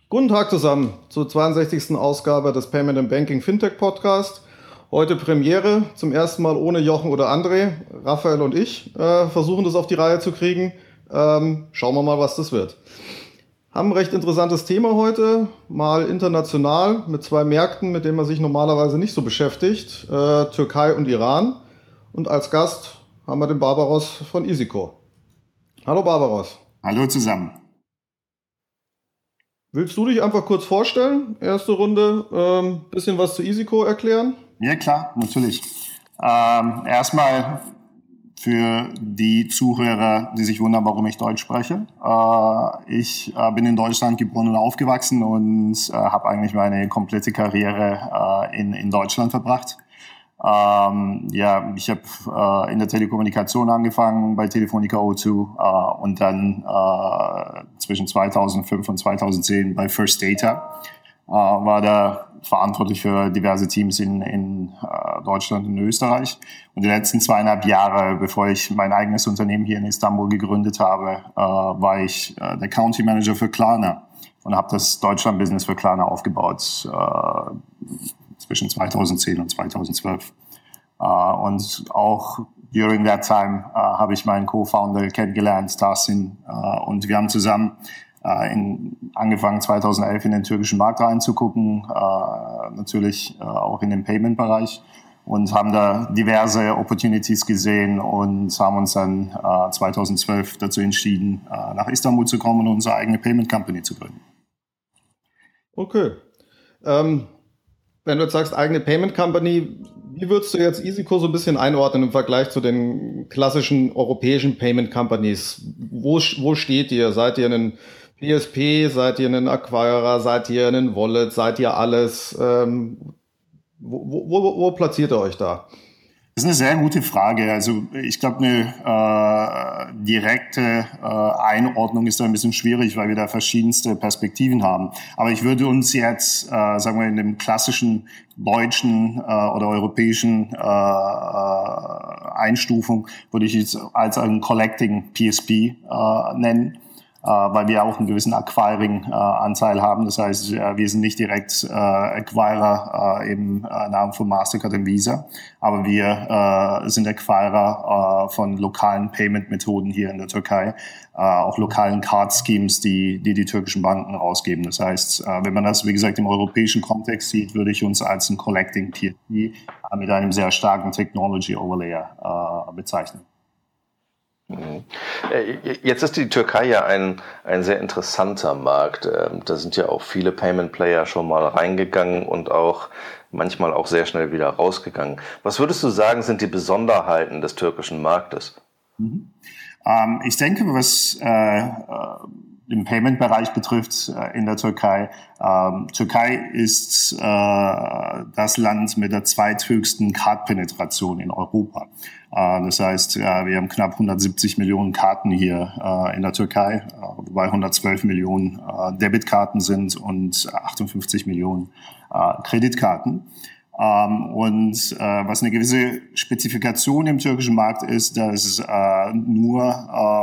Guten Tag zusammen zur 62. Ausgabe des Payment and Banking Fintech Podcast. Heute Premiere, zum ersten Mal ohne Jochen oder André. Raphael und ich versuchen das auf die Reihe zu kriegen. Schauen wir mal, was das wird. Haben ein recht interessantes Thema heute, mal international mit zwei Märkten, mit denen man sich normalerweise nicht so beschäftigt, Türkei und Iran. Und als Gast haben wir den Barbaros von iyzico. Hallo Barbaros. Hallo zusammen. Willst du dich einfach kurz vorstellen? Erste Runde, bisschen was zu iyzico erklären? Ja klar, natürlich. Erstmal für die Zuhörer, die sich wundern, warum ich Deutsch spreche. Ich bin in Deutschland geboren und aufgewachsen und habe eigentlich meine komplette Karriere in Deutschland verbracht. Ich habe in der Telekommunikation angefangen bei Telefonica O2 und dann zwischen 2005 und 2010 bei First Data. War da verantwortlich für diverse Teams in Deutschland und Österreich. Und die letzten 2,5 Jahre, bevor ich mein eigenes Unternehmen hier in Istanbul gegründet habe, war ich der Country Manager für Klarna und habe das Deutschland-Business für Klarna aufgebaut zwischen 2010 und 2012. Und auch during that time habe ich meinen Co-Founder kennengelernt, Tahsin, und wir haben zusammen angefangen 2011 in den türkischen Markt reinzugucken, natürlich auch in den Payment-Bereich, und haben da diverse Opportunities gesehen und haben uns dann 2012 dazu entschieden, nach Istanbul zu kommen und unsere eigene Payment Company zu gründen. Okay. Wenn du jetzt sagst, eigene Payment Company, wie würdest du jetzt iyzico so ein bisschen einordnen im Vergleich zu den klassischen europäischen Payment Companies? Wo steht ihr? Seid ihr ein PSP? Seid ihr ein Acquirer? Seid ihr ein Wallet? Seid ihr alles? Wo platziert ihr euch da? Das ist eine sehr gute Frage. Also ich glaube, eine direkte Einordnung ist da ein bisschen schwierig, weil wir da verschiedenste Perspektiven haben. Aber ich würde uns jetzt, sagen wir, in dem klassischen deutschen oder europäischen Einstufung, würde ich es als einen Collecting PSP nennen. Weil wir auch einen gewissen Acquiring-Anteil haben. Das heißt, wir sind nicht direkt Acquirer im Namen von Mastercard und Visa, aber wir sind Acquirer von lokalen Payment-Methoden hier in der Türkei, auch lokalen Card-Schemes, die türkischen Banken rausgeben. Das heißt, wenn man das, wie gesagt, im europäischen Kontext sieht, würde ich uns als ein Collecting PSP mit einem sehr starken Technology-Overlayer bezeichnen. Jetzt ist die Türkei ja ein sehr interessanter Markt. Da sind ja auch viele Payment Player schon mal reingegangen und auch manchmal auch sehr schnell wieder rausgegangen. Was würdest du sagen, sind die Besonderheiten des türkischen Marktes? Ich denke, was den Payment-Bereich betrifft in der Türkei. Türkei ist das Land mit der zweithöchsten Card-Penetration in Europa. Das heißt, wir haben knapp 170 Millionen Karten hier in der Türkei, wobei 112 Millionen Debitkarten sind und 58 Millionen Kreditkarten. Und was eine gewisse Spezifikation im türkischen Markt ist, dass nur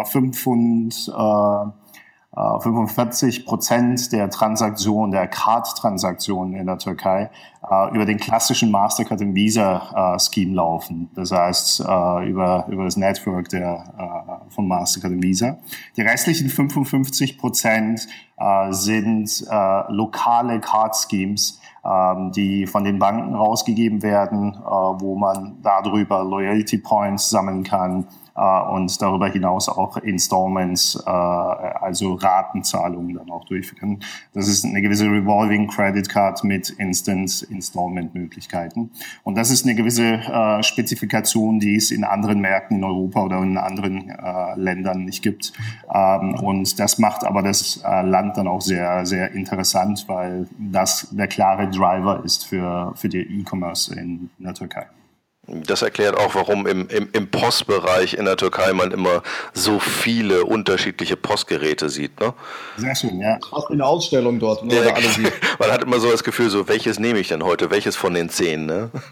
45% der Transaktionen, der Card-Transaktionen in der Türkei über den klassischen Mastercard und Visa-Scheme laufen. Das heißt, über das Network von Mastercard und Visa. Die restlichen 55% sind lokale Card-Schemes, die von den Banken rausgegeben werden, wo man darüber Loyalty Points sammeln kann, und darüber hinaus auch Installments, also Ratenzahlungen dann auch durchführen. Das ist eine gewisse Revolving Credit Card mit Instant Installment Möglichkeiten. Und das ist eine gewisse Spezifikation, die es in anderen Märkten in Europa oder in anderen Ländern nicht gibt. Und das macht aber das Land dann auch sehr, sehr interessant, weil das der klare Driver ist für die E-Commerce in der Türkei. Das erklärt auch, warum im Postbereich in der Türkei man immer so viele unterschiedliche Postgeräte sieht, ne? Sehr schön, ja. Fast eine Ausstellung dort, ne? Ja, man hat immer so das Gefühl, so welches nehme ich denn heute, welches von den 10, ne?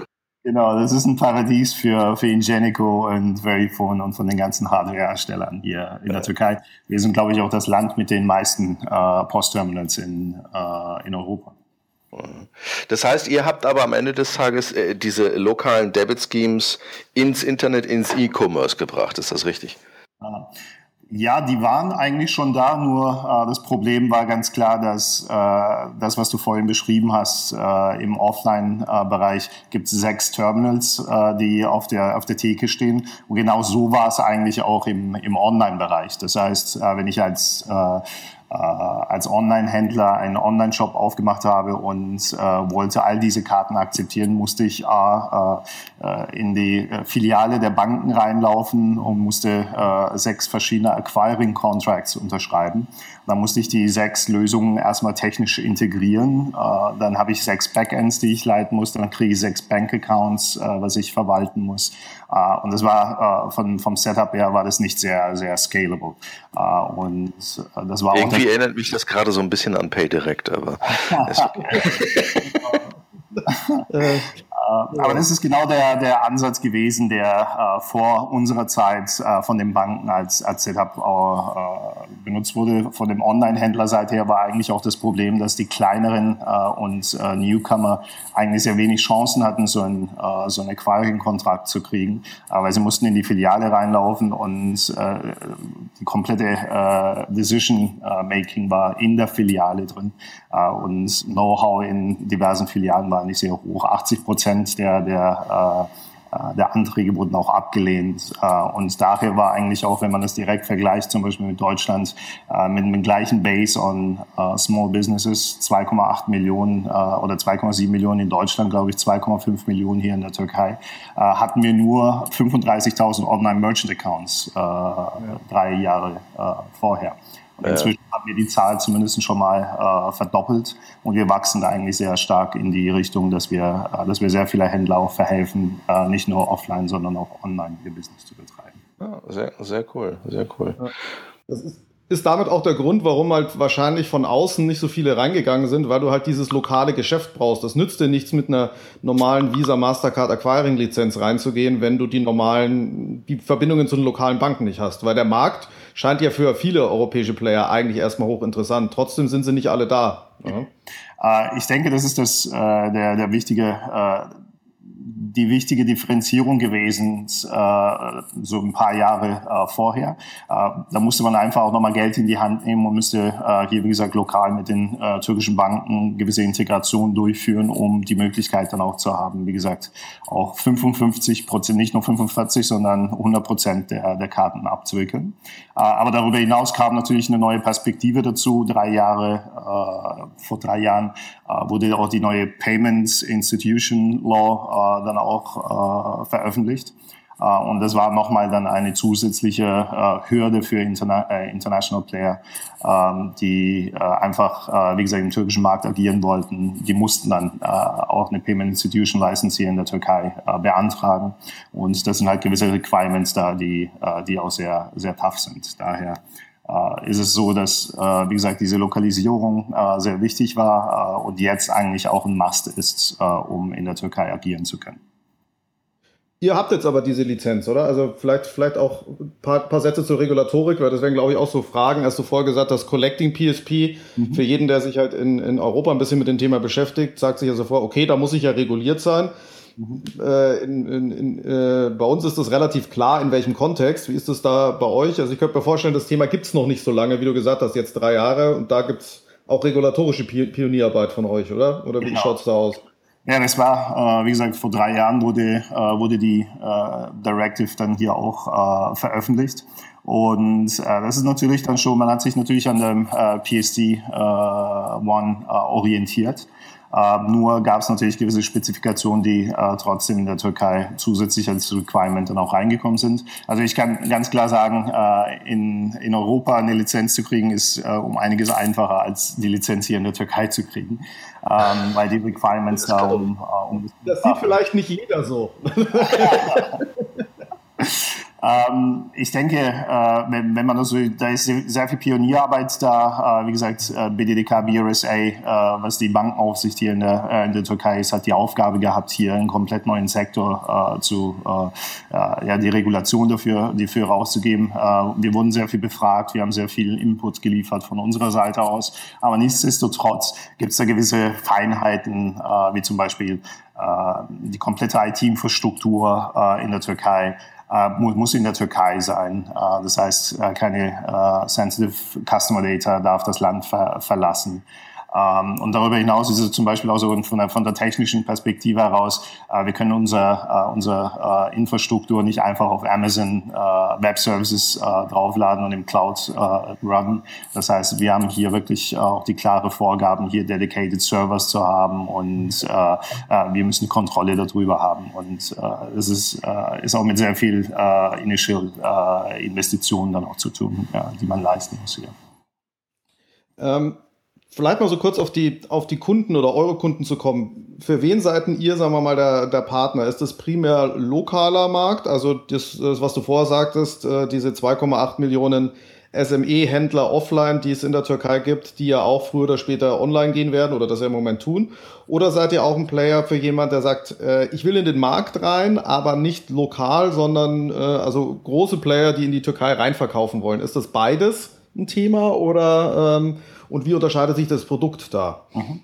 Genau, das ist ein Paradies für Ingenico und Verifone und von den ganzen Hardware-Herstellern hier in der Türkei. Wir sind, glaube ich, auch das Land mit den meisten Postterminals in Europa. Das heißt, ihr habt aber am Ende des Tages diese lokalen Debit Schemes ins Internet, ins E-Commerce gebracht. Ist das richtig? Ja, die waren eigentlich schon da, nur das Problem war ganz klar, dass das, was du vorhin beschrieben hast, im Offline-Bereich gibt es 6 Terminals, die auf der Theke stehen. Und genau so war es eigentlich auch im Online-Bereich. Das heißt, wenn ich als Online-Händler einen Online-Shop aufgemacht habe und wollte all diese Karten akzeptieren, musste ich in die Filiale der Banken reinlaufen und musste 6 verschiedene Acquiring-Contracts unterschreiben. Dann musste ich die 6 Lösungen erstmal technisch integrieren. Dann habe ich 6 Backends, die ich leiten muss. Dann kriege ich 6 Bank-Accounts, was ich verwalten muss. Und das war vom Setup her war das nicht sehr, sehr scalable. Und das war irgendwie erinnert mich das gerade so ein bisschen an PayDirect, aber ist okay. Aber das ist genau der Ansatz gewesen, der vor unserer Zeit von den Banken als Setup benutzt wurde. Von dem Online-Händlerseite her war eigentlich auch das Problem, dass die kleineren und Newcomer eigentlich sehr wenig Chancen hatten, so einen Acquiring-Kontrakt zu kriegen, weil sie mussten in die Filiale reinlaufen und die komplette Decision-Making war in der Filiale drin und Know-how in diversen Filialen war nicht sehr hoch. 80% der Anträge wurden auch abgelehnt. Und daher war eigentlich auch, wenn man das direkt vergleicht, zum Beispiel mit Deutschland, mit dem gleichen Base on Small Businesses, 2,8 Millionen oder 2,7 Millionen in Deutschland, glaube ich, 2,5 Millionen hier in der Türkei, hatten wir nur 35.000 Online-Merchant-Accounts 3 Jahre vorher. Und inzwischen haben wir die Zahl zumindest schon mal verdoppelt und wir wachsen da eigentlich sehr stark in die Richtung, dass wir sehr viele Händler auch verhelfen, nicht nur offline, sondern auch online ihr Business zu betreiben. Ja, sehr, sehr cool, sehr cool. Ja. Das ist damit auch der Grund, warum halt wahrscheinlich von außen nicht so viele reingegangen sind, weil du halt dieses lokale Geschäft brauchst. Das nützt dir nichts, mit einer normalen Visa Mastercard Acquiring Lizenz reinzugehen, wenn du die Verbindungen zu den lokalen Banken nicht hast. Weil der Markt scheint ja für viele europäische Player eigentlich erstmal hochinteressant. Trotzdem sind sie nicht alle da. Ja. Ich denke, das ist die wichtige Differenzierung gewesen, so ein paar Jahre vorher. Da musste man einfach auch nochmal Geld in die Hand nehmen und musste hier, wie gesagt, lokal mit den türkischen Banken gewisse Integration durchführen, um die Möglichkeit dann auch zu haben, wie gesagt, auch 55%, nicht nur 45, sondern 100% der Karten abzuwickeln. Aber darüber hinaus kam natürlich eine neue Perspektive dazu. Vor 3 Jahren wurde auch die neue Payments Institution Law dann auch veröffentlicht. Und das war nochmal dann eine zusätzliche Hürde für International Player, die einfach, wie gesagt, im türkischen Markt agieren wollten. Die mussten dann auch eine Payment Institution License hier in der Türkei beantragen. Und das sind halt gewisse Requirements da, die auch sehr, sehr tough sind. Daher ist es so, dass, wie gesagt, diese Lokalisierung sehr wichtig war und jetzt eigentlich auch ein Must ist, um in der Türkei agieren zu können. Ihr habt jetzt aber diese Lizenz, oder? Also vielleicht auch ein paar Sätze zur Regulatorik, weil das wären, glaube ich, auch so Fragen. Hast du vorher gesagt, dass Collecting PSP für jeden, der sich halt in Europa ein bisschen mit dem Thema beschäftigt, sagt sich ja so vor, okay, da muss ich ja reguliert sein. Bei uns ist das relativ klar, in welchem Kontext. Wie ist das da bei euch? Also ich könnte mir vorstellen, das Thema gibt es noch nicht so lange, wie du gesagt hast, jetzt 3 Jahre. Und da gibt es auch regulatorische Pionierarbeit von euch, oder? Oder wie schaut es da aus? Ja, das war, wie gesagt, vor 3 Jahren wurde die Directive dann hier auch veröffentlicht. Und das ist natürlich dann schon, man hat sich natürlich an dem PSD1 orientiert. Nur gab es natürlich gewisse Spezifikationen, die trotzdem in der Türkei zusätzlich als Requirement dann auch reingekommen sind. Also ich kann ganz klar sagen, in Europa eine Lizenz zu kriegen, ist um einiges einfacher, als die Lizenz hier in der Türkei zu kriegen. Weil die Requirements da das sieht vielleicht nicht jeder so. Ich denke, wenn man also, da ist sehr viel Pionierarbeit da. Wie gesagt, BDDK, BRSA, was die Bankenaufsicht hier in der Türkei ist, hat die Aufgabe gehabt, hier einen komplett neuen Sektor die Regulation dafür rauszugeben. Wir wurden sehr viel befragt, wir haben sehr viel Input geliefert von unserer Seite aus. Aber nichtsdestotrotz gibt es da gewisse Feinheiten, wie zum Beispiel die komplette IT-Infrastruktur in der Türkei. Muss in der Türkei sein. Das heißt, keine sensitive Customer Data darf das Land verlassen. Und darüber hinaus ist es zum Beispiel auch so von der technischen Perspektive heraus, wir können unsere Infrastruktur nicht einfach auf Amazon Web Services draufladen und im Cloud runnen. Das heißt, wir haben hier wirklich auch die klare Vorgaben, hier dedicated Servers zu haben und wir müssen Kontrolle darüber haben. Und es ist auch mit sehr viel Initial Investitionen dann auch zu tun, die man leisten muss hier. Vielleicht mal so kurz auf die Kunden oder eure Kunden zu kommen. Für wen seid ihr, sagen wir mal, der Partner? Ist das primär lokaler Markt? Also das was du vorher sagtest, diese 2,8 Millionen SME-Händler offline, die es in der Türkei gibt, die ja auch früher oder später online gehen werden oder das ja im Moment tun? Oder seid ihr auch ein Player für jemand, der sagt, ich will in den Markt rein, aber nicht lokal, sondern also große Player, die in die Türkei reinverkaufen wollen? Ist das beides ein Thema oder und wie unterscheidet sich das Produkt da?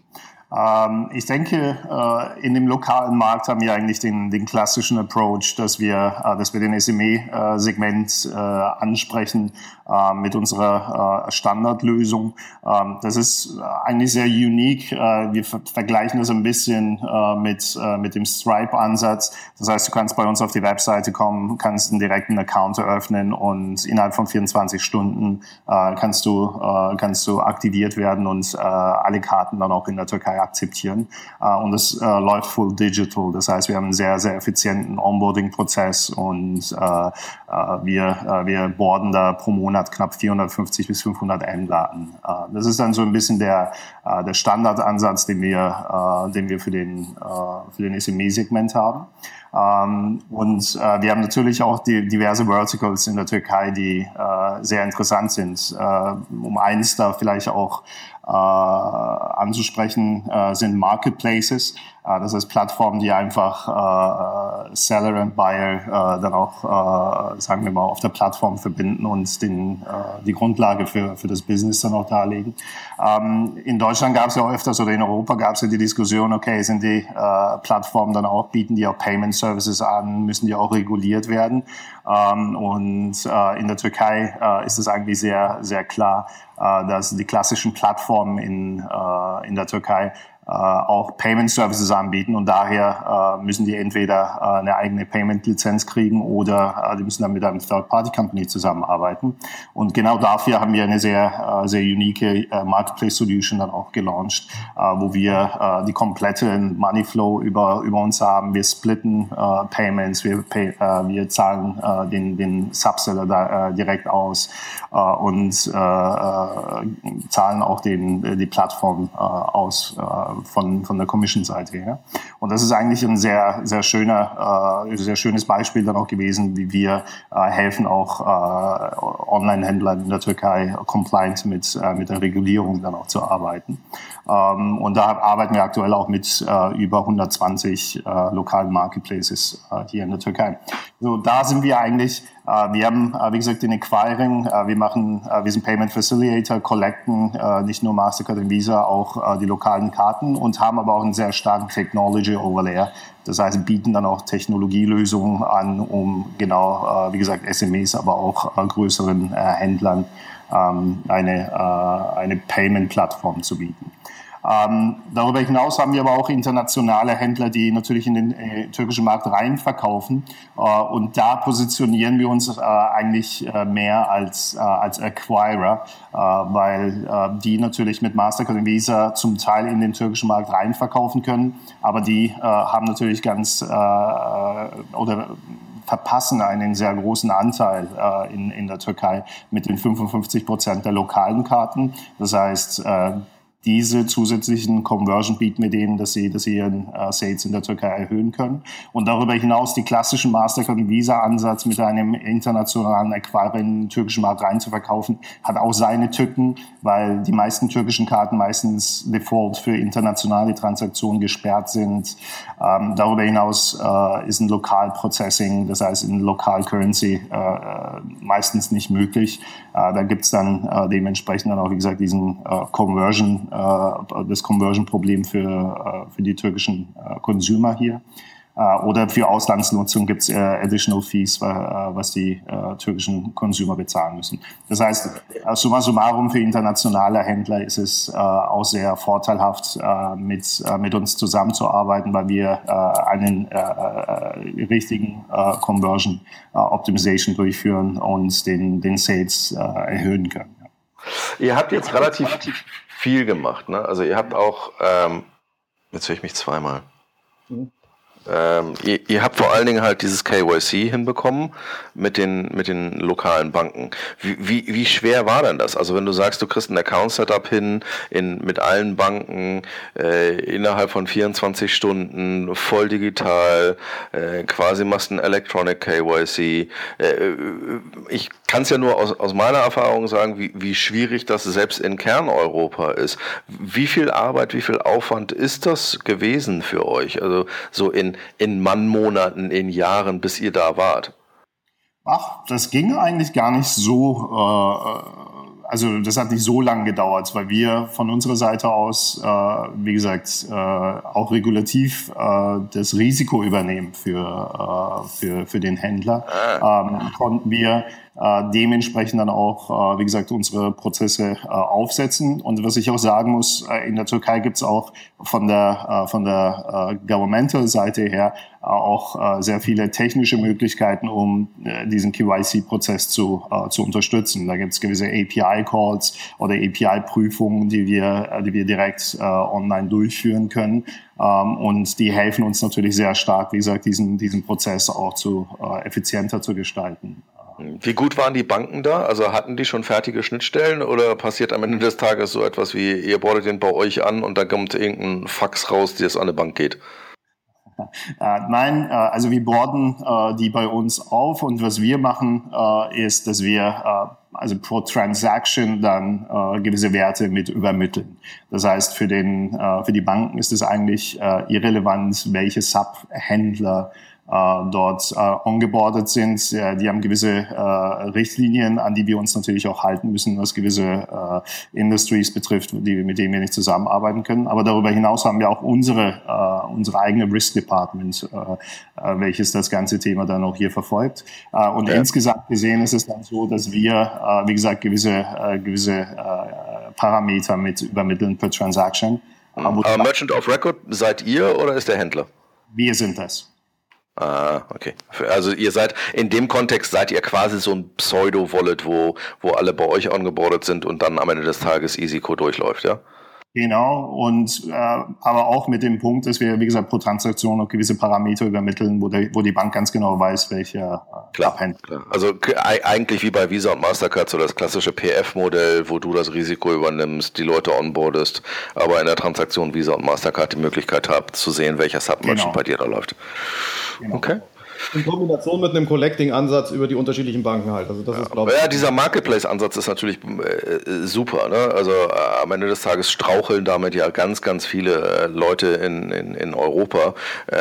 Ich denke, in dem lokalen Markt haben wir eigentlich den klassischen Approach, dass wir den SME-Segment ansprechen mit unserer Standardlösung. Das ist eigentlich sehr unique. Wir vergleichen das ein bisschen mit dem Stripe-Ansatz. Das heißt, du kannst bei uns auf die Webseite kommen, kannst einen direkten Account eröffnen und innerhalb von 24 Stunden kannst du aktiviert werden und alle Karten dann auch in der Türkei akzeptieren. Und es läuft full digital. Das heißt, wir haben einen sehr, sehr effizienten Onboarding-Prozess und wir boarden da pro Monat knapp 450 bis 500 Händler an. Das ist dann so ein bisschen der Standardansatz, den wir für den SME-Segment haben. Und wir haben natürlich auch diverse Verticals in der Türkei, die sehr interessant sind. Um eins da vielleicht auch anzusprechen, sind Marketplaces. Das heißt Plattformen, die einfach Seller und Buyer dann auch, sagen wir mal, auf der Plattform verbinden und die Grundlage für das Business dann auch darlegen. In Deutschland gab es ja auch öfters, oder in Europa gab es ja die Diskussion, okay, sind die Plattformen dann auch, bieten die auch Payment Services an, müssen die auch reguliert werden? Und in der Türkei ist es eigentlich sehr, sehr klar, dass die klassischen Plattformen in der Türkei auch Payment Services anbieten und daher müssen die entweder eine eigene Payment-Lizenz kriegen oder die müssen dann mit einem Third-Party-Company zusammenarbeiten. Und genau dafür haben wir eine sehr, sehr unique Marketplace-Solution dann auch gelauncht, wo wir die komplette Moneyflow über uns haben. Wir splitten Payments, wir zahlen den Subseller da direkt aus und zahlen auch die Plattform aus von der Commission-Seite her. Und das ist eigentlich ein sehr, sehr schönes Beispiel dann auch gewesen, wie wir helfen, auch Online-Händlern in der Türkei compliant mit der Regulierung dann auch zu arbeiten. Und da arbeiten wir aktuell auch mit über 120 lokalen Marketplaces hier in der Türkei. So, da sind wir eigentlich. Wir haben, wie gesagt, den Acquiring. Wir sind Payment Facilitator, collecten nicht nur Mastercard und Visa, auch die lokalen Karten und haben aber auch einen sehr starken Technology Overlay. Das heißt, bieten dann auch Technologielösungen an, um genau, wie gesagt, SMEs, aber auch größeren Händlern eine Payment-Plattform zu bieten. Darüber hinaus haben wir aber auch internationale Händler, die natürlich in den türkischen Markt rein verkaufen. Und da positionieren wir uns eigentlich mehr als Acquirer, weil die natürlich mit Mastercard und Visa zum Teil in den türkischen Markt rein verkaufen können. Aber die haben natürlich verpassen einen sehr großen Anteil in der Türkei mit den 55% der lokalen Karten. Das heißt, diese zusätzlichen Conversion bieten wir denen, dass sie ihren Sales in der Türkei erhöhen können. Und darüber hinaus die klassischen Mastercard- und Visa-Ansatz mit einem internationalen Acquirer in den türkischen Markt rein zu verkaufen, hat auch seine Tücken, weil die meisten türkischen Karten meistens Default für internationale Transaktionen gesperrt sind. Darüber hinaus ist ein Local-Processing, das heißt in Local Currency, meistens nicht möglich. Da gibt's dann dementsprechend dann auch, wie gesagt, diesen das Conversion-Problem für die türkischen Consumer hier. Oder für Auslandsnutzung gibt's additional Fees, was die türkischen Consumer bezahlen müssen. Das heißt, summa summarum für internationale Händler ist es auch sehr vorteilhaft, mit uns zusammenzuarbeiten, weil wir einen richtigen Conversion Optimization durchführen und den Sales erhöhen können. Ihr habt jetzt relativ viel gemacht, ne? Also ihr habt auch, jetzt höre ich mich zweimal. Ihr habt vor allen Dingen halt dieses KYC hinbekommen mit den lokalen Banken. Wie schwer war denn das? Also wenn du sagst, du kriegst ein Account-Setup hin mit allen Banken innerhalb von 24 Stunden, voll digital, quasi machst ein Electronic KYC. Ich kann es ja nur aus meiner Erfahrung sagen, wie schwierig das selbst in Kerneuropa ist. Wie viel Arbeit, wie viel Aufwand ist das gewesen für euch? Also so in Monaten, in Jahren, bis ihr da wart? Ach, das ging eigentlich gar nicht so, also das hat nicht so lange gedauert, weil wir von unserer Seite aus, wie gesagt, auch regulativ das Risiko übernehmen für den Händler. Konnten wir dementsprechend dann auch, wie gesagt, unsere Prozesse aufsetzen. Und was ich auch sagen muss, in der Türkei gibt es auch von der Governmental-Seite her auch sehr viele technische Möglichkeiten, um diesen KYC-Prozess zu unterstützen. Da gibt es gewisse API-Calls oder API-Prüfungen, die wir direkt online durchführen können. Und die helfen uns natürlich sehr stark, wie gesagt, diesen Prozess auch effizienter zu gestalten. Wie gut waren die Banken da? Also hatten die schon fertige Schnittstellen oder passiert am Ende des Tages so etwas wie, ihr bordet den bei euch an und da kommt irgendein Fax raus, das an eine Bank geht? Nein, also wir borden die bei uns auf und was wir machen, ist, dass wir also pro Transaction dann gewisse Werte mit übermitteln. Das heißt, für die Banken ist es eigentlich irrelevant, welche Subhändler dort ongeboardet sind. Die haben gewisse Richtlinien, an die wir uns natürlich auch halten müssen, was gewisse Industries betrifft, mit denen wir nicht zusammenarbeiten können. Aber darüber hinaus haben wir auch unsere eigene Risk Department, welches das ganze Thema dann auch hier verfolgt. Und insgesamt gesehen ist es dann so, dass wir, wie gesagt, gewisse Parameter mit übermitteln per Transaction. Aber Merchant of Record seid ihr oder ist der Händler? Wir sind das. Ah, okay. Also in dem Kontext seid ihr quasi so ein Pseudo-Wallet, wo alle bei euch ongeboardet sind und dann am Ende des Tages EasyCo durchläuft, ja? Genau, und aber auch mit dem Punkt, dass wir, wie gesagt, pro Transaktion noch gewisse Parameter übermitteln, wo die Bank ganz genau weiß, welcher Klar. Also eigentlich wie bei Visa und Mastercard so das klassische PF-Modell, wo du das Risiko übernimmst, die Leute onboardest, aber in der Transaktion Visa und Mastercard die Möglichkeit habt zu sehen, welcher Submerchant bei dir da läuft. Genau. Okay. In Kombination mit einem Collecting-Ansatz über die unterschiedlichen Banken halt. Also das ist, glaube ich. Ja, dieser Marketplace-Ansatz ist natürlich super, ne? Also am Ende des Tages straucheln damit ja ganz, ganz viele Leute in Europa.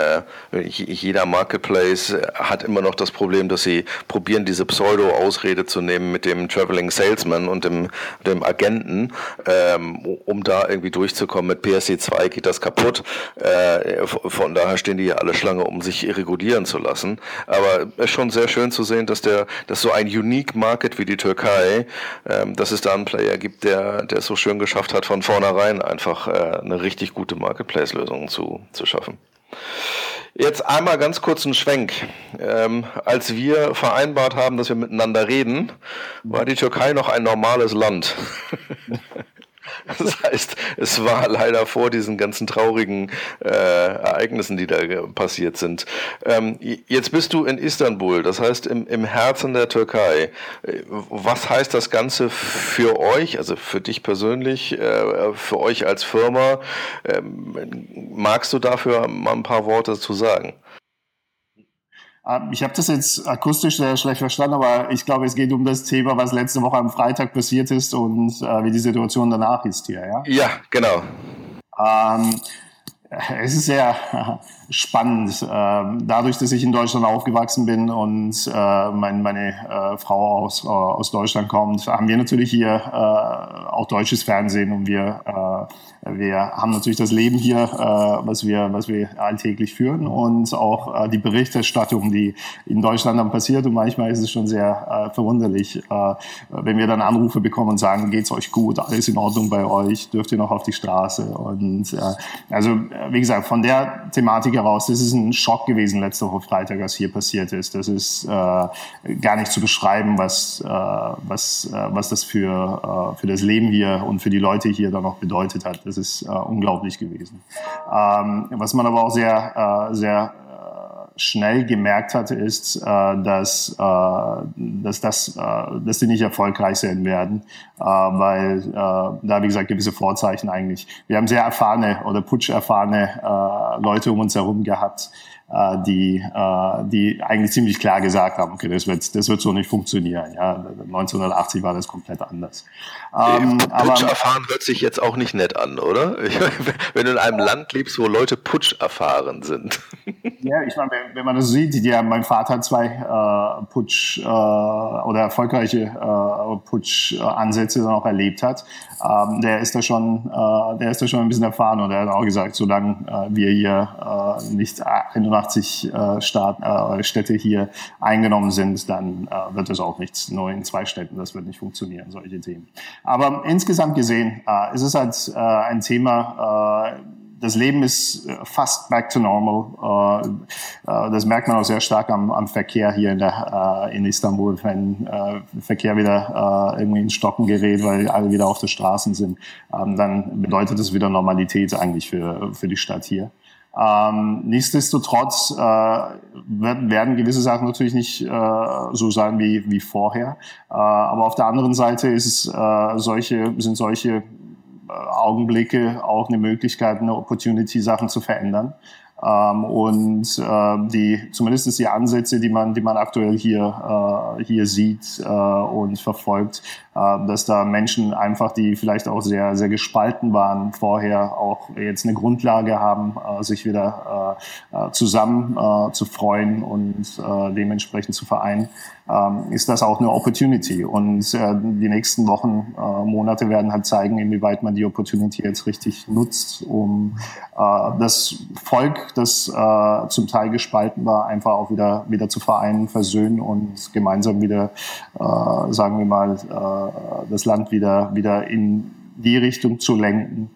Jeder Marketplace hat immer noch das Problem, dass sie probieren, diese Pseudo-Ausrede zu nehmen mit dem Traveling Salesman und dem Agenten, um da irgendwie durchzukommen. Mit PSD2 geht das kaputt. Von daher stehen die ja alle Schlange, um sich regulieren zu lassen. Aber es ist schon sehr schön zu sehen, dass so ein Unique Market wie die Türkei, dass es da einen Player gibt, der es so schön geschafft hat, von vornherein einfach eine richtig gute Marketplace-Lösung zu schaffen. Jetzt einmal ganz kurz einen Schwenk. Als wir vereinbart haben, dass wir miteinander reden, war die Türkei noch ein normales Land. Das heißt, es war leider vor diesen ganzen traurigen Ereignissen, die da passiert sind. Jetzt bist du in Istanbul, das heißt im Herzen der Türkei. Was heißt das Ganze für euch, also für dich persönlich, für euch als Firma? Magst du dafür mal ein paar Worte zu sagen? Ich habe das jetzt akustisch sehr schlecht verstanden, aber ich glaube, es geht um das Thema, was letzte Woche am Freitag passiert ist und wie die Situation danach ist hier, ja? Ja, genau. Es ist sehr spannend. Dadurch, dass ich in Deutschland aufgewachsen bin und meine Frau aus Deutschland kommt, haben wir natürlich hier auch deutsches Fernsehen und wir haben natürlich das Leben hier, was wir alltäglich führen und auch die Berichterstattung, die in Deutschland dann passiert. Und manchmal ist es schon sehr verwunderlich, wenn wir dann Anrufe bekommen und sagen, geht's euch gut, alles in Ordnung bei euch, dürft ihr noch auf die Straße? Und also wie gesagt, von der Thematik heraus, das ist ein Schock gewesen letzte Woche Freitag, was hier passiert ist. Das ist gar nicht zu beschreiben, was das für das Leben hier und für die Leute hier dann noch bedeutet hat. Das ist unglaublich gewesen. Was man aber auch sehr schnell gemerkt hatte, ist, dass die nicht erfolgreich sein werden, weil da, wie gesagt, gewisse Vorzeichen eigentlich. Wir haben sehr erfahrene oder putscherfahrene Leute um uns herum gehabt, die eigentlich ziemlich klar gesagt haben, okay, das wird so nicht funktionieren. Ja, 1980 war das komplett anders. Putsch erfahren hört sich jetzt auch nicht nett an, oder? Wenn du in einem Land lebst, wo Leute Putsch erfahren sind. Ja, ich meine, wenn man das sieht, mein Vater hat zwei Putsch oder erfolgreiche Putsch-Ansätze dann auch erlebt hat. Der ist da schon ein bisschen erfahren und er hat auch gesagt, solange wir hier nicht 81 Städte hier eingenommen sind, dann wird es auch nichts. Nur in 2 Städten, das wird nicht funktionieren, solche Themen. Aber insgesamt gesehen ist es halt ein Thema. Das Leben ist fast back to normal. Das merkt man auch sehr stark am Verkehr hier in Istanbul, wenn Verkehr wieder irgendwie ins Stocken gerät, weil alle wieder auf den Straßen sind. Dann bedeutet das wieder Normalität eigentlich für die Stadt hier. Nichtsdestotrotz werden gewisse Sachen natürlich nicht so sein wie vorher. Aber auf der anderen Seite sind solche Augenblicke auch eine Möglichkeit, eine Opportunity, Sachen zu verändern. Zumindest die Ansätze, die man aktuell hier sieht und verfolgt, dass da Menschen einfach, die vielleicht auch sehr, sehr gespalten waren vorher, auch jetzt eine Grundlage haben, sich wieder zusammen zu freuen und dementsprechend zu vereinen, ist das auch eine Opportunity. Und die nächsten Wochen, Monate werden halt zeigen, inwieweit man die Opportunity jetzt richtig nutzt, um das Volk, das zum Teil gespalten war, einfach auch wieder zu vereinen, versöhnen und gemeinsam wieder, sagen wir mal, das Land wieder in die Richtung zu lenken,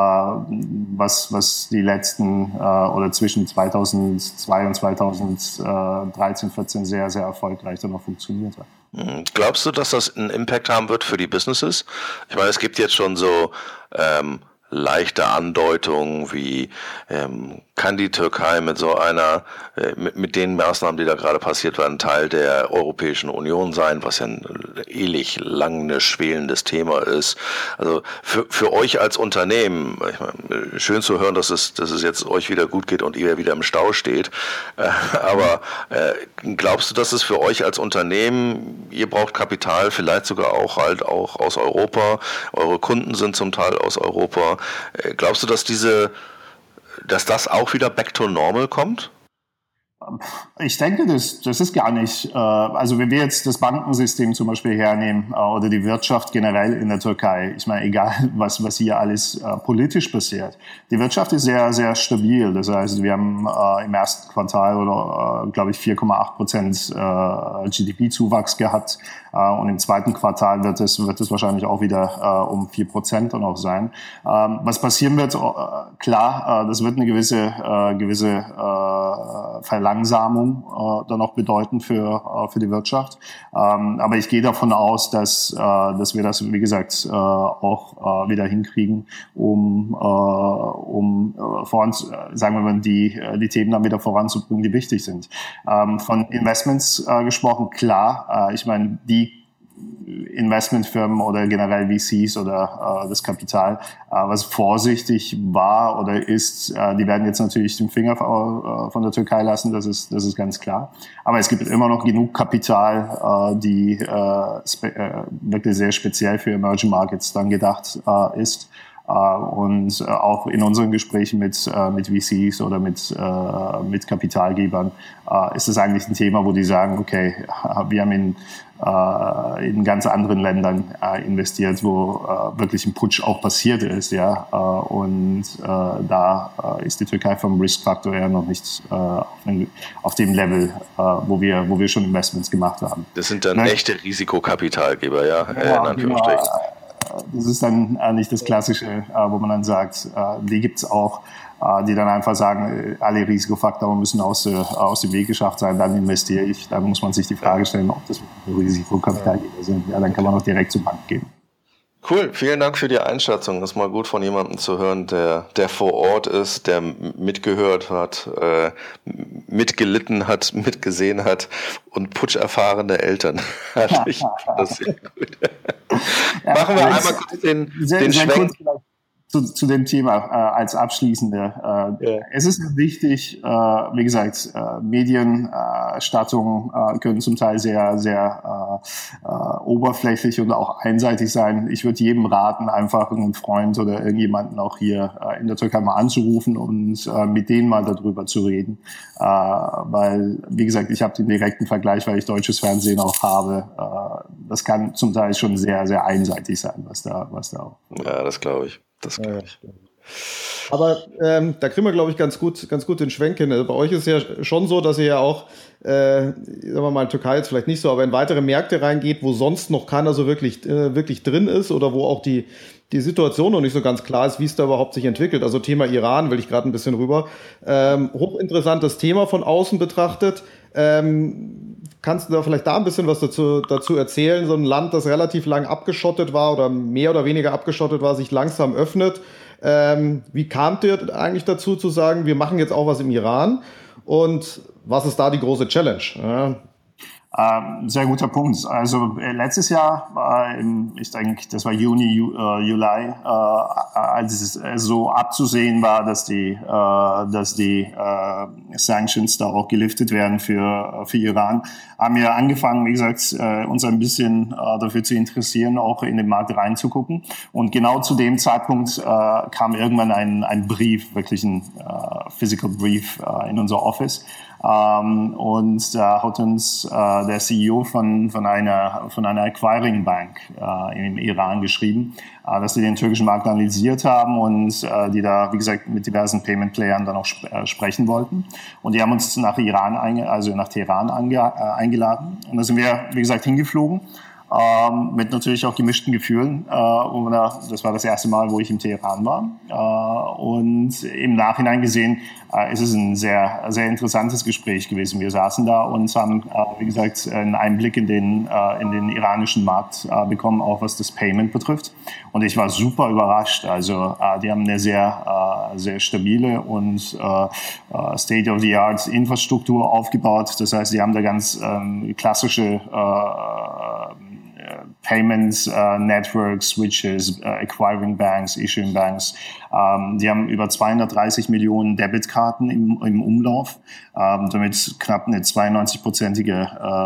was die letzten oder zwischen 2002 und 2013, 14 sehr, sehr erfolgreich dann noch funktioniert hat. Glaubst du, dass das einen Impact haben wird für die Businesses? Ich meine, es gibt jetzt schon so leichte Andeutungen, wie kann die Türkei mit so einer, mit den Maßnahmen, die da gerade passiert waren, Teil der Europäischen Union sein, was ja ein ewig lang schwelendes Thema ist. Also für euch als Unternehmen, ich meine, schön zu hören, dass es jetzt euch wieder gut geht und ihr wieder im Stau steht. Aber glaubst du, dass es für euch als Unternehmen, ihr braucht Kapital, vielleicht sogar auch aus Europa, eure Kunden sind zum Teil aus Europa. Glaubst du, dass das auch wieder back to normal kommt? Ich denke, das ist gar nicht. Also wenn wir jetzt das Bankensystem zum Beispiel hernehmen oder die Wirtschaft generell in der Türkei, ich meine, egal was hier alles politisch passiert, die Wirtschaft ist sehr, sehr stabil. Das heißt, wir haben im ersten Quartal glaube ich 4,8% GDP-Zuwachs gehabt und im zweiten Quartal wird es wahrscheinlich auch wieder um 4% dann auch sein. Was passieren wird, klar, das wird eine gewisse Verlagerung Verlangsamung dann auch bedeuten für die Wirtschaft. Aber ich gehe davon aus, dass wir das, wie gesagt, auch wieder hinkriegen, um sagen wir mal, die Themen dann wieder voranzubringen, die wichtig sind. Von Investments gesprochen, klar, ich meine, die Investmentfirmen oder generell VCs oder das Kapital, was vorsichtig war oder ist, die werden jetzt natürlich den Finger von der Türkei lassen, das ist ganz klar. Aber es gibt immer noch genug Kapital, die wirklich sehr speziell für Emerging Markets dann gedacht ist. Und auch in unseren Gesprächen mit VCs oder mit Kapitalgebern ist es eigentlich ein Thema, wo die sagen, okay, wir haben in ganz anderen Ländern investiert, wo wirklich ein Putsch auch passiert ist, ja. Und da ist die Türkei vom Risk-Faktor eher noch nicht auf dem Level, wo wir schon Investments gemacht haben. Das sind dann echte Risikokapitalgeber, ja, in Anführungsstrichen. Genau. Das ist dann nicht das Klassische, wo man dann sagt, die gibt's auch, die dann einfach sagen, alle Risikofaktoren müssen aus dem Weg geschafft sein, dann investiere ich. Dann muss man sich die Frage stellen, ob das Risikokapitalgeber sind. Ja, dann kann man auch direkt zur Bank gehen. Cool, vielen Dank für die Einschätzung. Das ist mal gut von jemandem zu hören, der vor Ort ist, der mitgehört hat, mitgelitten hat, mitgesehen hat und putscherfahrene Eltern hat. Ich finde das sehr gut. Ja, machen wir einmal kurz den Schwenk. Zu dem Thema als abschließende. Es ist wichtig, wie gesagt, Medienerstattungen können zum Teil sehr, sehr oberflächlich und auch einseitig sein. Ich würde jedem raten, einfach einen Freund oder irgendjemanden auch hier in der Türkei mal anzurufen und mit denen mal darüber zu reden. Weil, wie gesagt, ich habe den direkten Vergleich, weil ich deutsches Fernsehen auch habe. Das kann zum Teil schon sehr, sehr einseitig sein, was da auch. Ja, das glaube ich. Aber da kriegen wir, glaube ich, ganz gut den Schwenk hin. Also bei euch ist ja schon so, dass ihr ja auch, sagen wir mal, in Türkei jetzt vielleicht nicht so, aber in weitere Märkte reingeht, wo sonst noch keiner so wirklich drin ist oder wo auch die Situation noch nicht so ganz klar ist, wie es da überhaupt sich entwickelt. Also Thema Iran will ich gerade ein bisschen rüber. Hochinteressantes Thema von außen betrachtet. Kannst du da vielleicht ein bisschen was dazu erzählen? So ein Land, das relativ lang abgeschottet war oder mehr oder weniger abgeschottet war, sich langsam öffnet. Wie kamt ihr eigentlich dazu zu sagen, wir machen jetzt auch was im Iran? Und was ist da die große Challenge? Ja. Sehr guter Punkt. Also letztes Jahr, ich denke, das war Juni, Juli, als es so abzusehen war, dass die Sanctions da auch geliftet werden für Iran, haben wir angefangen, wie gesagt, uns ein bisschen dafür zu interessieren, auch in den Markt reinzugucken. Und genau zu dem Zeitpunkt kam irgendwann ein Brief, wirklich ein Physical Brief in unser Office. Und da hat uns der CEO von einer Acquiring Bank im Iran geschrieben, dass sie den türkischen Markt analysiert haben und die da, wie gesagt, mit diversen Payment Playern dann auch sprechen wollten. Und die haben uns nach Teheran eingeladen. Und da sind wir, wie gesagt, hingeflogen. Mit natürlich auch gemischten Gefühlen. Das war das erste Mal, wo ich im Teheran war. Und im Nachhinein gesehen ist es ein sehr, sehr interessantes Gespräch gewesen. Wir saßen da und haben, wie gesagt, einen Einblick in den iranischen Markt bekommen, auch was das Payment betrifft. Und ich war super überrascht. Also die haben eine sehr, sehr stabile und State-of-the-Art Infrastruktur aufgebaut. Das heißt, die haben da ganz klassische Payments, Networks, Switches, Acquiring Banks, Issuing Banks. Die haben über 230 Millionen Debitkarten im Umlauf, damit knapp eine 92-prozentige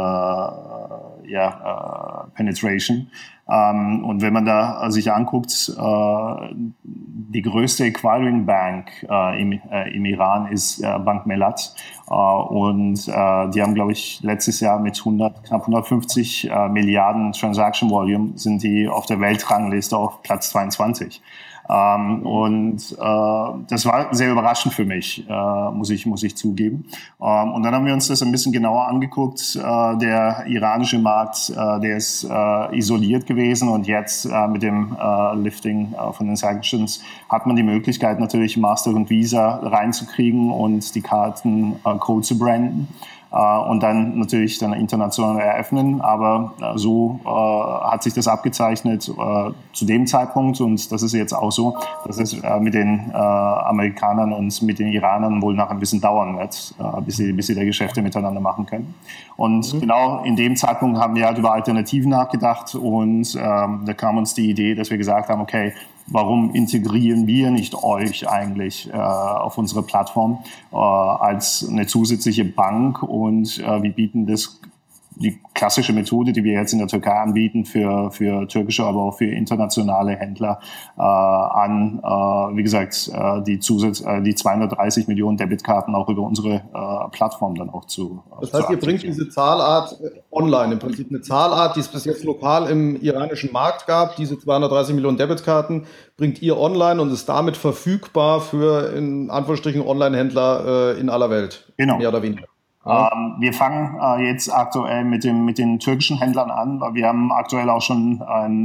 Penetration. Und wenn man da sich anguckt, die größte Acquiring Bank im Iran ist Bank Mellat. Und die haben, glaube ich, letztes Jahr mit knapp 150 Milliarden Transaction Volume sind die auf der Weltrangliste auf Platz 22. Das war sehr überraschend für mich, muss ich zugeben. Und dann haben wir uns das ein bisschen genauer angeguckt. Der iranische Markt, der ist isoliert gewesen, und jetzt mit dem Lifting von den Sanctions hat man die Möglichkeit, natürlich Master und Visa reinzukriegen und die Karten Code zu branden. Und dann natürlich dann international eröffnen. Aber so hat sich das abgezeichnet zu dem Zeitpunkt, und das ist jetzt auch so, dass es mit den Amerikanern und mit den Iranern wohl noch ein bisschen dauern wird, bis sie da Geschäfte miteinander machen können. Und genau in dem Zeitpunkt haben wir halt über Alternativen nachgedacht, und da kam uns die Idee, dass wir gesagt haben, okay, warum integrieren wir nicht euch eigentlich auf unsere Plattform als eine zusätzliche Bank, und wir bieten die klassische Methode, die wir jetzt in der Türkei anbieten, für türkische, aber auch für internationale Händler an, wie gesagt, die 230 Millionen Debitkarten auch über unsere Plattform dann auch zu. Das heißt, ihr bringt diese Zahlart online, im Prinzip eine Zahlart, die es bis jetzt lokal im iranischen Markt gab, diese 230 Millionen Debitkarten bringt ihr online und ist damit verfügbar für, in Anführungsstrichen, Online-Händler in aller Welt. Genau. Mehr oder weniger. Wir fangen jetzt aktuell mit den türkischen Händlern an, weil wir haben aktuell auch schon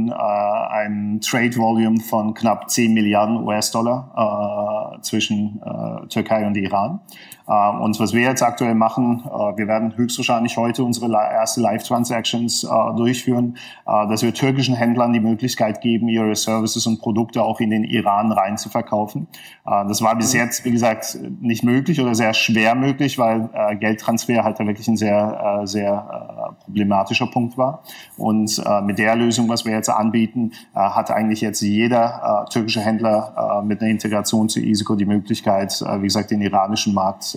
ein Trade Volume von knapp 10 Milliarden US-Dollar zwischen Türkei und Iran. Und was wir jetzt aktuell machen, wir werden höchstwahrscheinlich heute unsere erste Live-Transactions durchführen, dass wir türkischen Händlern die Möglichkeit geben, ihre Services und Produkte auch in den Iran rein zu verkaufen. Das war bis jetzt, wie gesagt, nicht möglich oder sehr schwer möglich, weil Geldtransfer halt wirklich ein sehr problematischer Punkt war. Und mit der Lösung, was wir jetzt anbieten, hat eigentlich jetzt jeder türkische Händler mit einer Integration zu Iyzico die Möglichkeit, wie gesagt, den iranischen Markt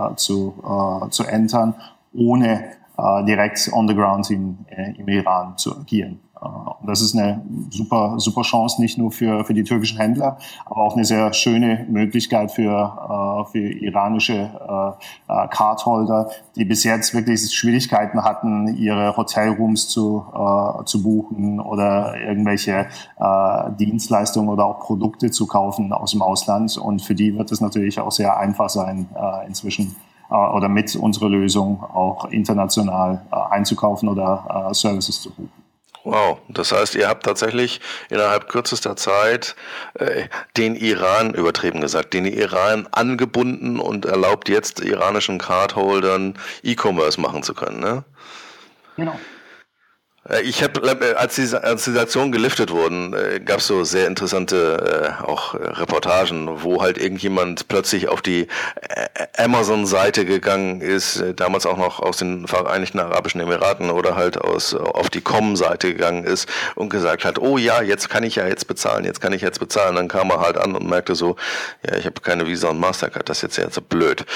zu entern, ohne direkt on the ground im Iran zu agieren. Und das ist eine super Chance, nicht nur für die türkischen Händler, aber auch eine sehr schöne Möglichkeit für iranische Cardholder, die bis jetzt wirklich Schwierigkeiten hatten, ihre Hotelrooms zu buchen oder irgendwelche Dienstleistungen oder auch Produkte zu kaufen aus dem Ausland. Und für die wird es natürlich auch sehr einfach sein, inzwischen oder mit unserer Lösung auch international einzukaufen oder Services zu buchen. Wow, das heißt, ihr habt tatsächlich innerhalb kürzester Zeit den Iran, übertrieben gesagt, den Iran angebunden und erlaubt jetzt iranischen Cardholdern E-Commerce machen zu können, ne? Genau. Ich habe, als die Aktionen geliftet wurden, gab es so sehr interessante auch Reportagen, wo halt irgendjemand plötzlich auf die Amazon-Seite gegangen ist, damals auch noch aus den Vereinigten Arabischen Emiraten oder halt auf die Com-Seite gegangen ist und gesagt hat, oh ja, jetzt kann ich bezahlen. Dann kam er halt an und merkte so, ja, ich habe keine Visa und Mastercard, das ist jetzt so blöd.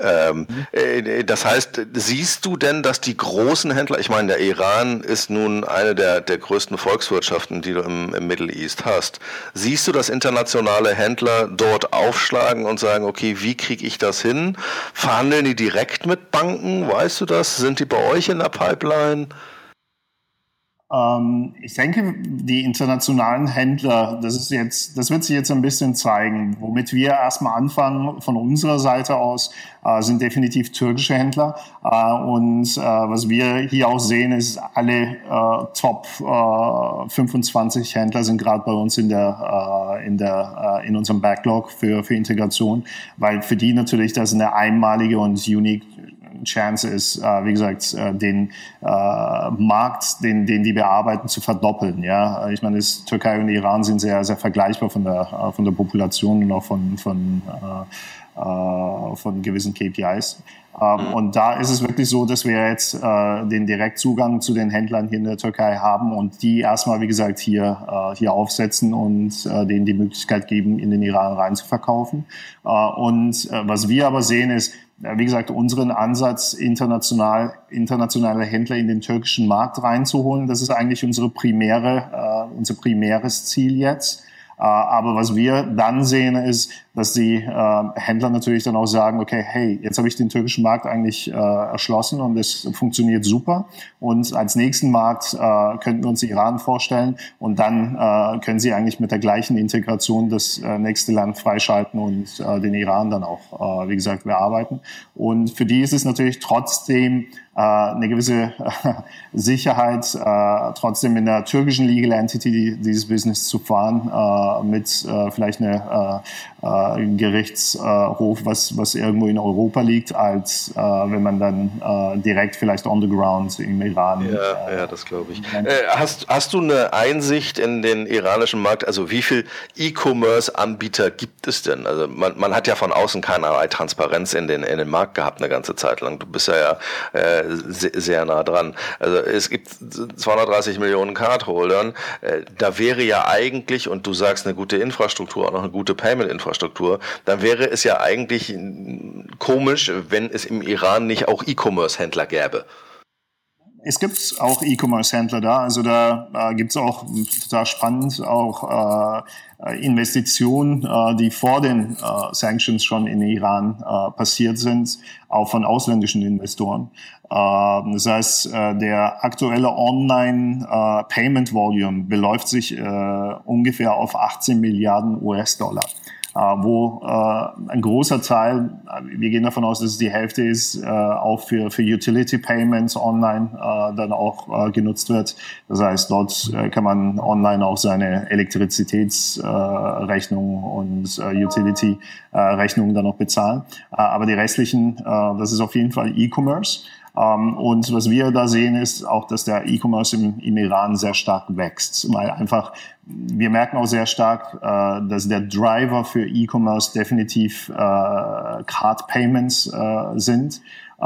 Das heißt, siehst du denn, dass die großen Händler, ich meine, der Iran ist nun eine der größten Volkswirtschaften, die du im Middle East hast. Siehst du, dass internationale Händler dort aufschlagen und sagen, okay, wie kriege ich das hin? Verhandeln die direkt mit Banken? Weißt du das? Sind die bei euch in der Pipeline? Ich denke, die internationalen Händler, das wird sich jetzt ein bisschen zeigen. Womit wir erstmal anfangen von unserer Seite aus, sind definitiv türkische Händler. Und was wir hier auch sehen, ist, alle Top 25 Händler sind gerade bei uns in unserem Backlog für Integration, weil für die natürlich das eine einmalige und unique Chance ist, wie gesagt, den Markt, den die bearbeiten, zu verdoppeln. Ja, ich meine, Türkei und Iran sind sehr, sehr vergleichbar von der Population und auch von gewissen KPIs. Und da ist es wirklich so, dass wir jetzt den Direktzugang zu den Händlern hier in der Türkei haben und die erstmal, wie gesagt, hier aufsetzen und denen die Möglichkeit geben, in den Iran rein zu verkaufen. Und was wir aber sehen ist, wie gesagt, unseren Ansatz, internationale Händler in den türkischen Markt reinzuholen, das ist eigentlich unser primäres Ziel jetzt. Aber was wir dann sehen, ist, dass die Händler natürlich dann auch sagen, okay, hey, jetzt habe ich den türkischen Markt eigentlich erschlossen und es funktioniert super. Und als nächsten Markt könnten wir uns Iran vorstellen und dann können sie eigentlich mit der gleichen Integration das nächste Land freischalten und den Iran dann auch, wie gesagt, bearbeiten. Und für die ist es natürlich trotzdem eine gewisse Sicherheit, trotzdem in der türkischen Legal Entity dieses Business zu fahren, mit vielleicht eine Gerichtshof, was irgendwo in Europa liegt, als wenn man dann direkt vielleicht on the ground im Iran. Ja, das glaube ich. Hast du eine Einsicht in den iranischen Markt? Also wie viel E-Commerce-Anbieter gibt es denn? Also man hat ja von außen keinerlei Transparenz in den Markt gehabt eine ganze Zeit lang. Du bist ja sehr nah dran. Also es gibt 230 Millionen Cardholdern. Da wäre ja eigentlich, und du sagst eine gute Infrastruktur, auch noch eine gute Payment-Infrastruktur, dann wäre es ja eigentlich komisch, wenn es im Iran nicht auch E-Commerce-Händler gäbe. Es gibt auch E-Commerce-Händler da, also da gibt's auch total spannend auch Investitionen, die vor den Sanctions schon in Iran passiert sind, auch von ausländischen Investoren. Das heißt, der aktuelle Online-Payment-Volume beläuft sich ungefähr auf 18 Milliarden US-Dollar. Wo ein großer Teil, wir gehen davon aus, dass es die Hälfte ist, auch für Utility Payments online dann auch genutzt wird. Das heißt, dort kann man online auch seine Elektrizitätsrechnung und Utility Rechnungen dann noch bezahlen. Aber die restlichen, das ist auf jeden Fall E-Commerce. Und was wir da sehen, ist auch, dass der E-Commerce im Iran sehr stark wächst, weil einfach wir merken auch sehr stark, dass der Driver für E-Commerce definitiv Card Payments sind.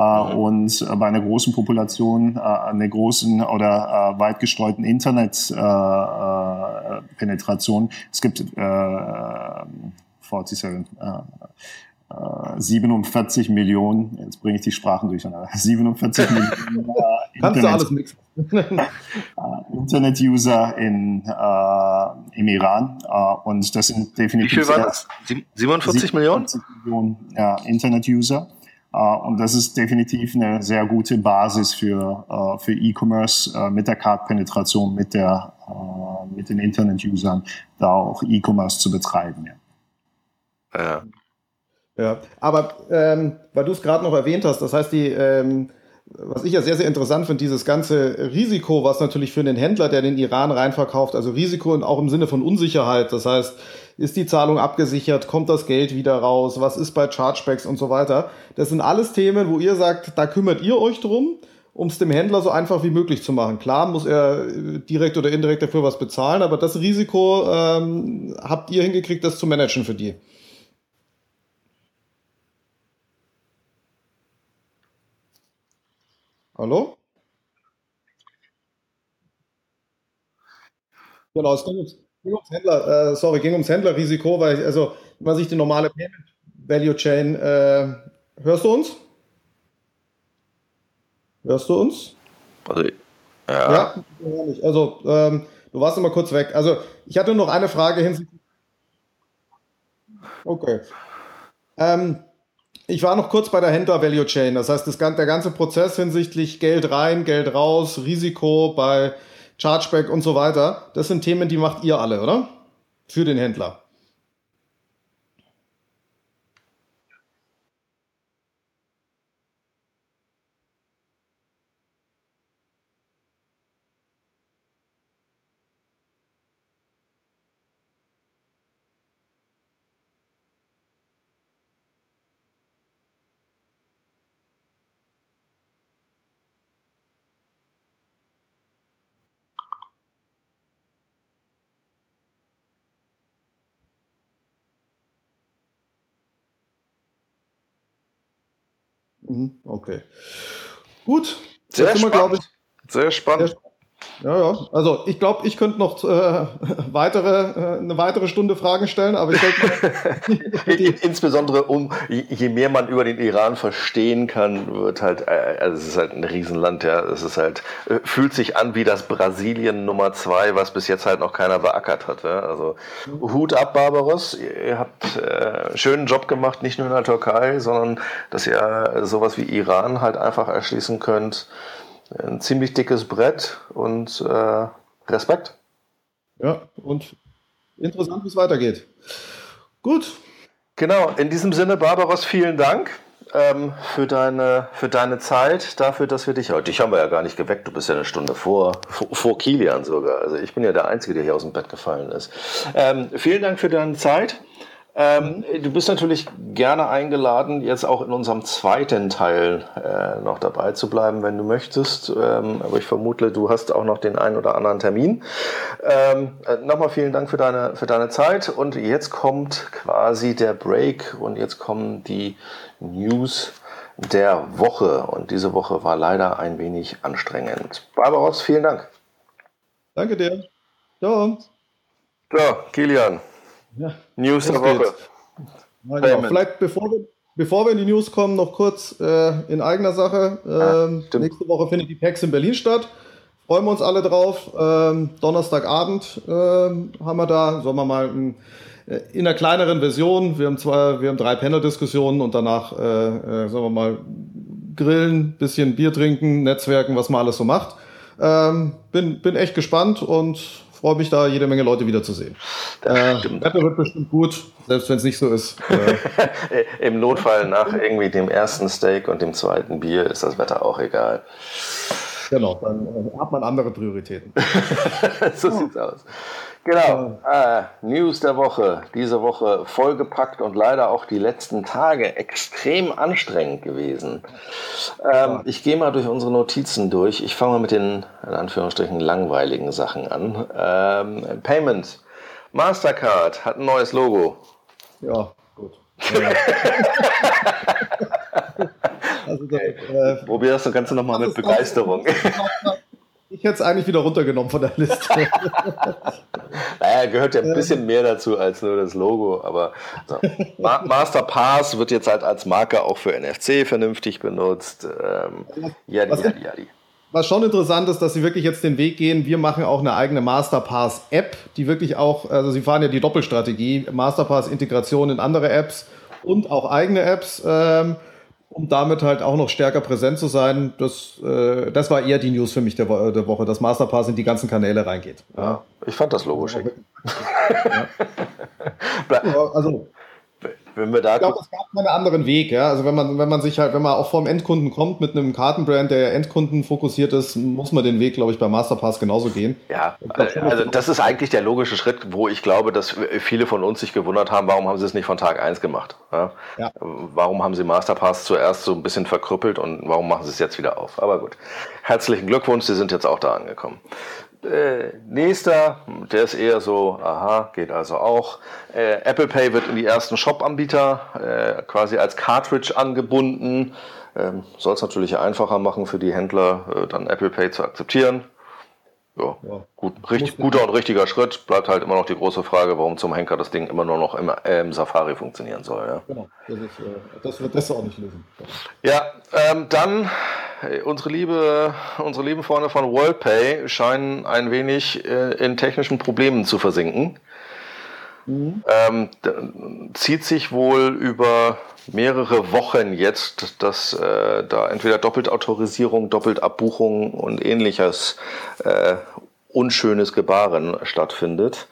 Und bei einer großen Population, einer großen oder weit gestreuten Internet-Penetration. Es gibt 47 Millionen, jetzt bringe ich die Sprachen durcheinander, 47 Millionen Kannst du alles mixen. Internet-User im Iran und das sind definitiv... Wie viel waren das? 47 Millionen? 47 Millionen Internet-User. Und das ist definitiv eine sehr gute Basis für E-Commerce mit der Card-Penetration, mit den Internet-Usern, da auch E-Commerce zu betreiben. Ja. Ja, aber weil du es gerade noch erwähnt hast, das heißt, was ich ja sehr, sehr interessant finde, dieses ganze Risiko, was natürlich für den Händler, der den Iran reinverkauft, also Risiko und auch im Sinne von Unsicherheit, das heißt, ist die Zahlung abgesichert, kommt das Geld wieder raus, was ist bei Chargebacks und so weiter, das sind alles Themen, wo ihr sagt, da kümmert ihr euch drum, um es dem Händler so einfach wie möglich zu machen. Klar muss er direkt oder indirekt dafür was bezahlen, aber das Risiko habt ihr hingekriegt, das zu managen für die. Hallo? Genau, es ging ums Händlerrisiko, weil also wenn man sich die normale Payment Value Chain, hörst du uns? Hörst du uns? Also, ja. Ja, ich höre nicht. Also du warst immer kurz weg. Also ich hatte noch eine Frage hinsichtlich. Okay. Ähm, Ich war noch kurz bei der Händler Value Chain. Das heißt, der ganze Prozess hinsichtlich Geld rein, Geld raus, Risiko bei Chargeback und so weiter. Das sind Themen, die macht ihr alle, oder? Für den Händler. Mhm, okay. Gut, Sehr jetzt sind wir, glaube spannend. ich, Sehr sehr spannend. Ja. Also ich glaube, ich könnte noch eine weitere Stunde Fragen stellen, aber ich denke, insbesondere je mehr man über den Iran verstehen kann, wird halt, also es ist halt ein Riesenland, ja. Es ist halt, fühlt sich an wie das Brasilien Nummer 2, was bis jetzt halt noch keiner beackert hat. Ja? Also Hut ab, Barbaros, ihr habt einen schönen Job gemacht, nicht nur in der Türkei, sondern dass ihr sowas wie Iran halt einfach erschließen könnt. Ein ziemlich dickes Brett und Respekt. Ja, und interessant, wie es weitergeht. Gut. Genau, in diesem Sinne, Barbaros, vielen Dank für deine Zeit, dafür, dass wir dich haben wir ja gar nicht geweckt, du bist ja eine Stunde vor Kilian sogar. Also ich bin ja der Einzige, der hier aus dem Bett gefallen ist. Vielen Dank für deine Zeit. Du bist natürlich gerne eingeladen, jetzt auch in unserem zweiten Teil noch dabei zu bleiben, wenn du möchtest. Aber ich vermute, du hast auch noch den einen oder anderen Termin. Nochmal vielen Dank für deine Zeit. Und jetzt kommt quasi der Break und jetzt kommen die News der Woche. Und diese Woche war leider ein wenig anstrengend. Barbaros, vielen Dank. Danke dir. Ciao. So, Kilian. Ja, News der Woche. Ja, genau. Vielleicht bevor wir in die News kommen, noch kurz in eigener Sache. Nächste Woche findet die PAX in Berlin statt. Freuen wir uns alle drauf. Donnerstagabend haben wir da, sagen wir mal, in einer kleineren Version. Wir haben 3 Panel-Diskussionen und danach, sagen wir mal, grillen, bisschen Bier trinken, Netzwerken, was man alles so macht. Bin echt gespannt und freue mich da, jede Menge Leute wiederzusehen. Wetter wird bestimmt gut, selbst wenn es nicht so ist. Im Notfall nach irgendwie dem ersten Steak und dem zweiten Bier ist das Wetter auch egal. Genau, dann hat man andere Prioritäten. So sieht's aus. Genau, News der Woche. Diese Woche vollgepackt und leider auch die letzten Tage extrem anstrengend gewesen. Ich gehe mal durch unsere Notizen durch. Ich fange mal mit den, in Anführungsstrichen, langweiligen Sachen an. Payment. Mastercard hat ein neues Logo. Ja, gut. Also, probier das Ganze nochmal mit Begeisterung. Ich hätte es eigentlich wieder runtergenommen von der Liste. Naja, gehört ja ein bisschen mehr dazu als nur das Logo, aber so. Masterpass wird jetzt halt als Marke auch für NFC vernünftig benutzt. Yadi. Was schon interessant ist, dass sie wirklich jetzt den Weg gehen, wir machen auch eine eigene Masterpass-App, die wirklich auch, also sie fahren ja die Doppelstrategie, Masterpass-Integration in andere Apps und auch eigene Apps, um damit halt auch noch stärker präsent zu sein. Das war eher die News für mich der Woche, dass Masterpass in die ganzen Kanäle reingeht. Ja, ich fand das Logo schick. Ja, also wenn wir da ich glaube, es gab keinen anderen Weg. Ja? Also wenn man auch vom Endkunden kommt mit einem Kartenbrand, der Endkunden fokussiert ist, muss man den Weg, glaube ich, bei Masterpass genauso gehen. Ja, also das ist eigentlich der logische Schritt, wo ich glaube, dass viele von uns sich gewundert haben, warum haben sie es nicht von Tag 1 gemacht? Ja? Ja. Warum haben sie Masterpass zuerst so ein bisschen verkrüppelt und warum machen sie es jetzt wieder auf? Aber gut, herzlichen Glückwunsch, Sie sind jetzt auch da angekommen. Nächster, der ist eher so, geht also auch. Apple Pay wird in die ersten Shop-Anbieter quasi als Cartridge angebunden. Soll es natürlich einfacher machen für die Händler, dann Apple Pay zu akzeptieren. Ja. Guter und richtiger Schritt. Bleibt halt immer noch die große Frage, warum zum Henker das Ding immer nur noch im Safari funktionieren soll. Ja. Genau, das wird das auch nicht lösen. Ja, dann unsere lieben Freunde von WorldPay scheinen ein wenig in technischen Problemen zu versinken. Zieht sich wohl über mehrere Wochen jetzt, dass da entweder Doppeltautorisierung, Doppeltabbuchung und ähnliches unschönes Gebaren stattfindet.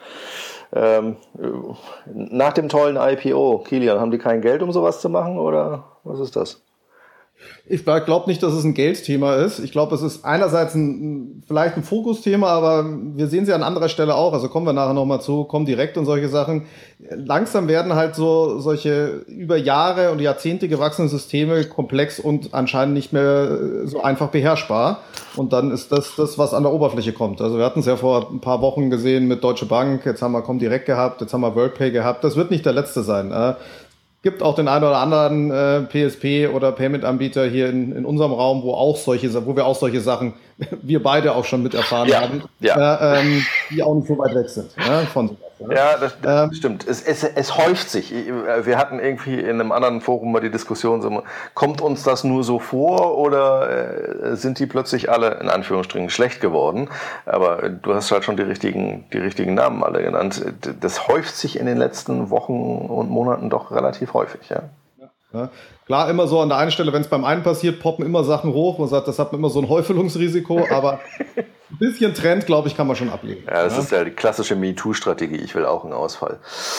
Nach dem tollen IPO, Kilian, haben die kein Geld, um sowas zu machen, oder was ist das? Ich glaube nicht, dass es ein Geldthema ist. Ich glaube, es ist einerseits vielleicht ein Fokusthema, aber wir sehen sie an anderer Stelle auch. Also kommen wir nachher nochmal zu, kommen direkt und solche Sachen. Langsam werden halt solche über Jahre und Jahrzehnte gewachsenen Systeme komplex und anscheinend nicht mehr so einfach beherrschbar. Und dann ist das, was an der Oberfläche kommt. Also wir hatten es ja vor ein paar Wochen gesehen mit Deutsche Bank. Jetzt haben wir Comdirect gehabt, jetzt haben wir WorldPay gehabt. Das wird nicht der letzte sein. Gibt auch den einen oder anderen PSP oder Payment-Anbieter hier in unserem Raum, wo wir auch solche Sachen wir beide auch schon miterfahren haben, die auch nicht so weit weg sind von sowas. Ja, das stimmt. Es häuft sich. Wir hatten irgendwie in einem anderen Forum mal die Diskussion, kommt uns das nur so vor oder sind die plötzlich alle in Anführungsstrichen schlecht geworden? Aber du hast halt schon die richtigen Namen alle genannt. Das häuft sich in den letzten Wochen und Monaten doch relativ häufig. Ja. Ja, klar, immer so an der einen Stelle, wenn es beim einen passiert, poppen immer Sachen hoch. Man sagt, das hat man immer so ein Häufelungsrisiko, aber ein bisschen Trend, glaube ich, kann man schon ablegen. Ja, das ist ja die klassische MeToo-Strategie. Ich will auch einen Ausfall.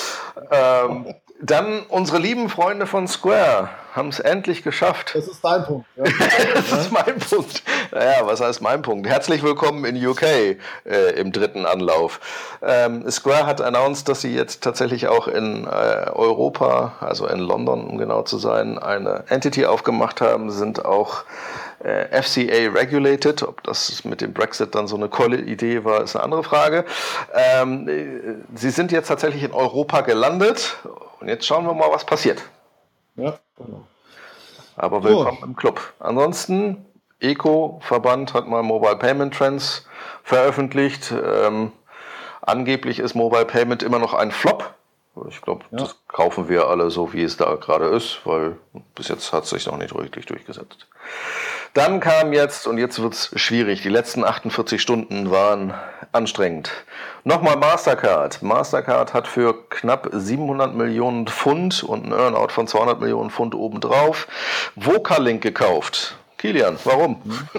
Dann unsere lieben Freunde von Square haben es endlich geschafft. Das ist dein Punkt. Ja. Das ist mein Punkt. Naja, was heißt mein Punkt? Herzlich willkommen in UK im dritten Anlauf. Square hat announced, dass sie jetzt tatsächlich auch in Europa, also in London, um genau zu sein, eine Entity aufgemacht haben, sind auch FCA regulated. Ob das mit dem Brexit dann so eine coole Idee war, ist eine andere Frage. Sie sind jetzt tatsächlich in Europa gelandet und jetzt schauen wir mal, was passiert. Ja, genau. Aber willkommen im Club. Ansonsten, ECO-Verband hat mal Mobile Payment Trends veröffentlicht. Angeblich ist Mobile Payment immer noch ein Flop. Ich glaube, das kaufen wir alle so, wie es da gerade ist, weil bis jetzt hat es sich noch nicht richtig durchgesetzt. Dann kam jetzt, und jetzt wird es schwierig, die letzten 48 Stunden waren anstrengend. Nochmal Mastercard. Mastercard hat für knapp 700 Millionen Pfund und ein Earnout von 200 Millionen Pfund obendrauf Vocalink gekauft. Kilian, warum?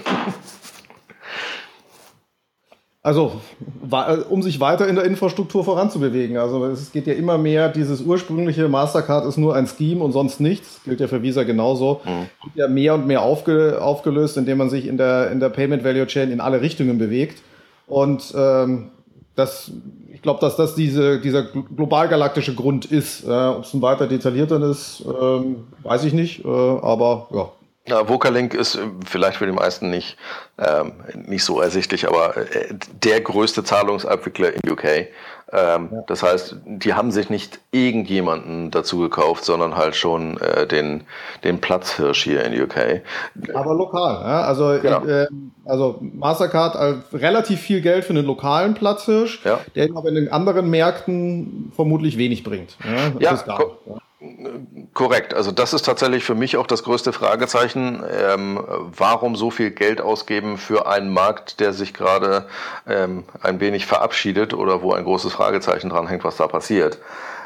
Also, um sich weiter in der Infrastruktur voranzubewegen. Also es geht ja immer mehr, dieses ursprüngliche Mastercard ist nur ein Scheme und sonst nichts. Gilt ja für Visa genauso. Wird ja mehr und mehr aufgelöst, indem man sich in der Payment Value Chain in alle Richtungen bewegt. Und ich glaube, dass das dieser global-galaktische Grund ist. Ob es ein weiter detaillierter ist, weiß ich nicht. Aber ja. Ja, Vocalink ist vielleicht für die meisten nicht so ersichtlich, aber der größte Zahlungsabwickler in UK. Das heißt, die haben sich nicht irgendjemanden dazu gekauft, sondern halt schon den Platzhirsch hier in UK. Aber lokal. Ja? Also, genau. Also Mastercard relativ viel Geld für einen lokalen Platzhirsch, der aber in den anderen Märkten vermutlich wenig bringt. Ja, korrekt. Also das ist tatsächlich für mich auch das größte Fragezeichen. Warum so viel Geld ausgeben für einen Markt, der sich gerade ein wenig verabschiedet oder wo ein großes Fragezeichen dran hängt, was da passiert?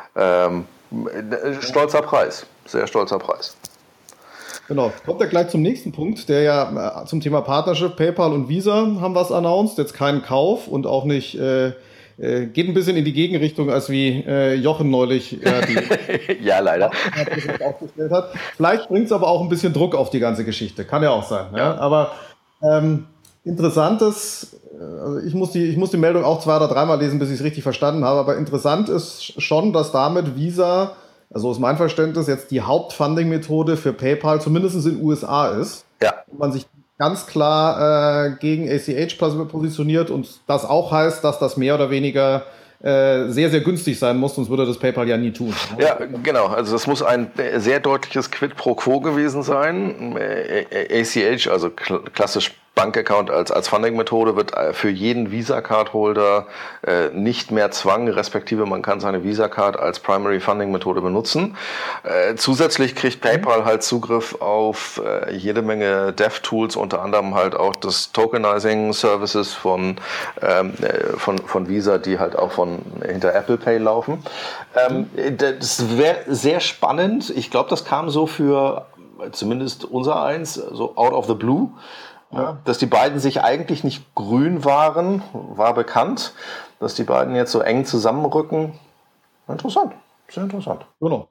Stolzer Preis, sehr stolzer Preis. Genau, kommt ja gleich zum nächsten Punkt, der ja zum Thema Partnership, PayPal und Visa haben was announced, jetzt keinen Kauf und auch nicht... geht ein bisschen in die Gegenrichtung, als wie Jochen neulich ja, leider. aufgestellt hat. Vielleicht bringt es aber auch ein bisschen Druck auf die ganze Geschichte. Kann ja auch sein. Ja. Aber interessantes, also ich muss die Meldung auch 2 oder 3 Mal lesen, bis ich es richtig verstanden habe, aber interessant ist schon, dass damit Visa, also ist mein Verständnis, jetzt die Hauptfunding-Methode für PayPal zumindest in den USA ist. Ja. Und man sich ganz klar gegen ACH positioniert und das auch heißt, dass das mehr oder weniger sehr, sehr günstig sein muss, sonst würde das PayPal ja nie tun. Ja, genau. Also das muss ein sehr deutliches Quid pro quo gewesen sein. ACH, also klassisch Bankaccount als Funding-Methode, wird für jeden Visa-Card-Holder nicht mehr Zwang, respektive man kann seine Visa-Card als Primary Funding-Methode benutzen. Zusätzlich kriegt PayPal halt Zugriff auf jede Menge Dev-Tools, unter anderem halt auch das Tokenizing-Services von Visa, die halt auch hinter Apple Pay laufen. Das wäre sehr spannend. Ich glaube, das kam so für zumindest unser eins, so out of the blue. Ja, dass die beiden sich eigentlich nicht grün waren, war bekannt. Dass die beiden jetzt so eng zusammenrücken, interessant, sehr interessant. Genau.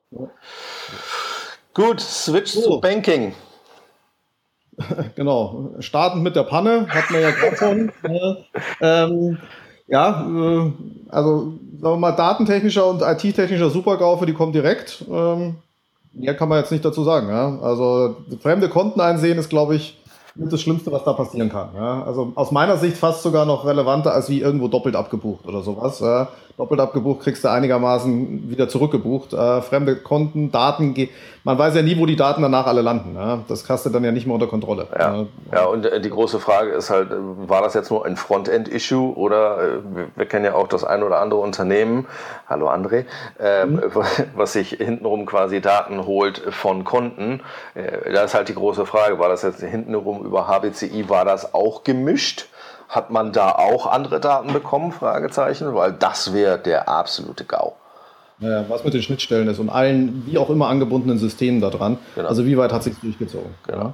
Gut, Switch zu Banking. Genau, startend mit der Panne, hat man ja gerade schon. Also sagen wir mal, datentechnischer und IT-technischer Supergau für die Comdirect. Mehr kann man jetzt nicht dazu sagen. Ja? Also fremde Konten einsehen ist, glaube ich, das Schlimmste, was da passieren kann. Ja? Also aus meiner Sicht fast sogar noch relevanter, als wie irgendwo doppelt abgebucht oder sowas. Da doppelt abgebucht, kriegst du einigermaßen wieder zurückgebucht. Fremde Konten, Daten, man weiß ja nie, wo die Daten danach alle landen. Ja? Das hast du dann ja nicht mehr unter Kontrolle. Ja, und die große Frage ist halt, war das jetzt nur ein Frontend-Issue oder wir kennen ja auch das ein oder andere Unternehmen, hallo André, was sich hintenrum quasi Daten holt von Konten. Da ist halt die große Frage, war das jetzt hintenrum über HBCI, war das auch gemischt? Hat man da auch andere Daten bekommen? Fragezeichen, weil das wäre der absolute GAU. Ja, was mit den Schnittstellen ist und allen, wie auch immer angebundenen Systemen da dran. Genau. Also wie weit hat sich durchgezogen? Genau.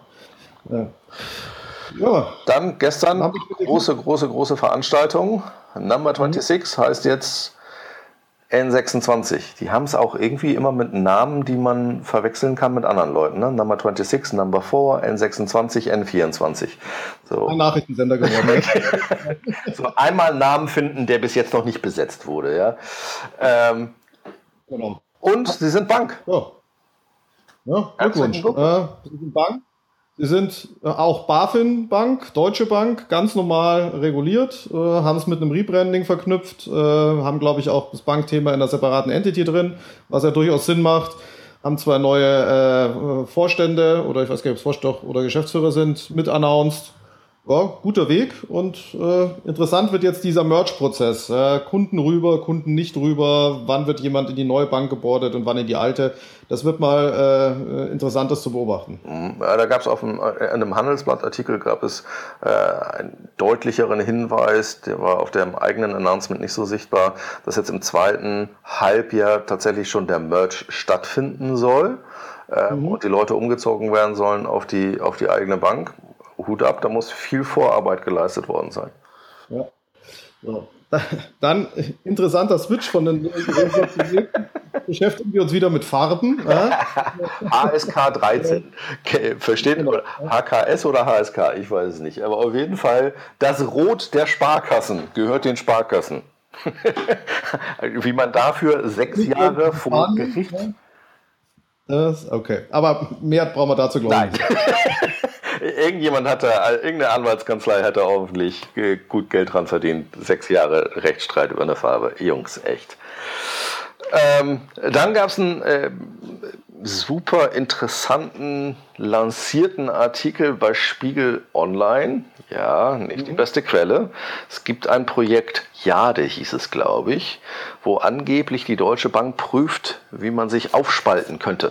Ja. Dann gestern große Veranstaltung. Number 26 heißt jetzt N26. Die haben es auch irgendwie immer mit Namen, die man verwechseln kann mit anderen Leuten. Ne? Number 26, Number 4, N26, N24. So. Ein Nachrichtensender geworden. So einmal einen Namen finden, der bis jetzt noch nicht besetzt wurde. Ja? Genau. Und sie sind Bank. Ja, Glückwunsch. Sie sind Bank. Sie sind auch BaFin Bank, Deutsche Bank, ganz normal reguliert, haben es mit einem Rebranding verknüpft, haben, glaube ich, auch das Bankthema in einer separaten Entity drin, was ja durchaus Sinn macht, haben zwei neue Vorstände oder ich weiß gar nicht, ob es Vorstand oder Geschäftsführer sind, mit announced. Ja, guter Weg und interessant wird jetzt dieser Merge-Prozess. Kunden rüber, Kunden nicht rüber, wann wird jemand in die neue Bank gebordet und wann in die alte. Das wird mal interessant, das zu beobachten. Da gab es in einem Handelsblatt-Artikel gab es einen deutlicheren Hinweis, der war auf dem eigenen Announcement nicht so sichtbar, dass jetzt im zweiten Halbjahr tatsächlich schon der Merge stattfinden soll und die Leute umgezogen werden sollen auf die eigene Bank. Hut ab, da muss viel Vorarbeit geleistet worden sein. Ja. So. Dann interessanter Switch von den beschäftigen wir uns wieder mit Farben. ASK 13. Versteht ihr? HKS oder HSK? Ich weiß es nicht. Aber auf jeden Fall, das Rot der Sparkassen gehört den Sparkassen. Wie man dafür 6 Jahre vor Gericht... Okay, aber mehr brauchen wir dazu, glaube ich. Irgendeine Anwaltskanzlei hat da hoffentlich gut Geld dran verdient. 6 Jahre Rechtsstreit über eine Farbe. Jungs, echt. Dann gab es einen super interessanten, lancierten Artikel bei Spiegel Online. Ja, nicht die beste Quelle. Es gibt ein Projekt, Jade hieß es, glaube ich, wo angeblich die Deutsche Bank prüft, wie man sich aufspalten könnte.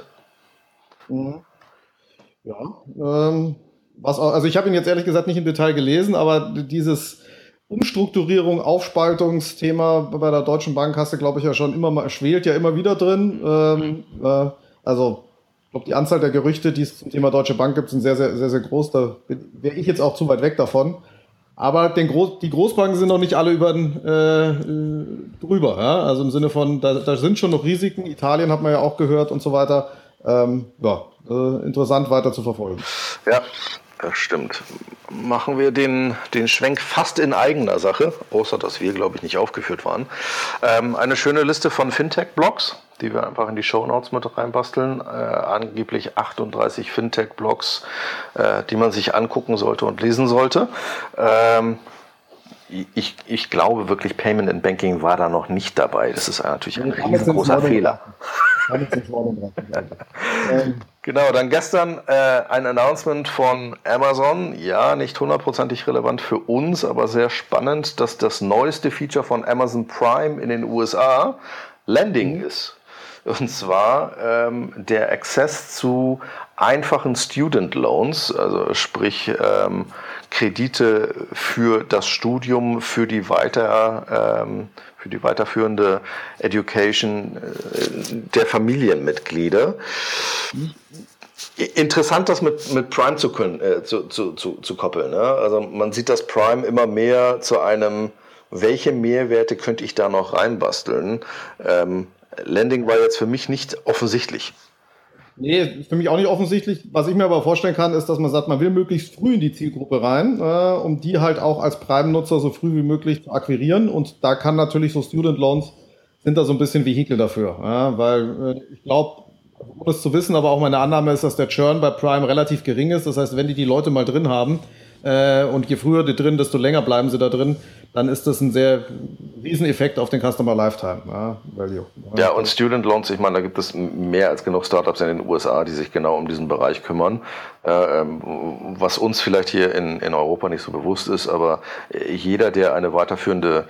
Ja, also ich habe ihn jetzt ehrlich gesagt nicht im Detail gelesen, aber dieses Umstrukturierung, Aufspaltungsthema bei der Deutschen Bank hast du, glaube ich, ja schon schwelt ja immer wieder drin. Also ich glaube, die Anzahl der Gerüchte, die es zum Thema Deutsche Bank gibt, sind sehr, sehr, sehr, sehr groß. Da wäre ich jetzt auch zu weit weg davon. Aber die Großbanken sind noch nicht alle drüber. Ja? Also im Sinne von, da sind schon noch Risiken. Italien hat man ja auch gehört und so weiter. Interessant weiter zu verfolgen. Ja, das stimmt. Machen wir den Schwenk fast in eigener Sache, außer dass wir, glaube ich, nicht aufgeführt waren. Eine schöne Liste von Fintech-Blogs, die wir einfach in die Shownotes mit reinbasteln. Angeblich 38 Fintech-Blogs, die man sich angucken sollte und lesen sollte. Ich glaube wirklich, Payment and Banking war da noch nicht dabei. Das ist natürlich ein riesengroßer Fehler. Genau, dann gestern ein Announcement von Amazon. Ja, nicht hundertprozentig relevant für uns, aber sehr spannend, dass das neueste Feature von Amazon Prime in den USA Lending ist. Und zwar der Access zu einfachen Student Loans, also sprich Kredite für das Studium, für die weiterführende Education der Familienmitglieder. Interessant, das mit Prime zu koppeln. Ne? Also man sieht das Prime immer mehr zu einem, welche Mehrwerte könnte ich da noch reinbasteln? Lending war jetzt für mich nicht offensichtlich. Nee, für mich auch nicht offensichtlich. Was ich mir aber vorstellen kann, ist, dass man sagt, man will möglichst früh in die Zielgruppe rein, um die halt auch als Prime-Nutzer so früh wie möglich zu akquirieren. Und da kann natürlich so Student Loans sind da so ein bisschen Vehikel dafür. Weil ich glaube, ohne es zu wissen, aber auch meine Annahme ist, dass der Churn bei Prime relativ gering ist. Das heißt, wenn die Leute mal drin haben und je früher die drin, desto länger bleiben sie da drin. dann ist das ein sehr riesen Effekt auf den Customer Lifetime Value. Ja, und Student Loans, ich meine, da gibt es mehr als genug Startups in den USA, die sich genau um diesen Bereich kümmern. Was uns vielleicht hier in Europa nicht so bewusst ist, aber jeder, der eine weiterführende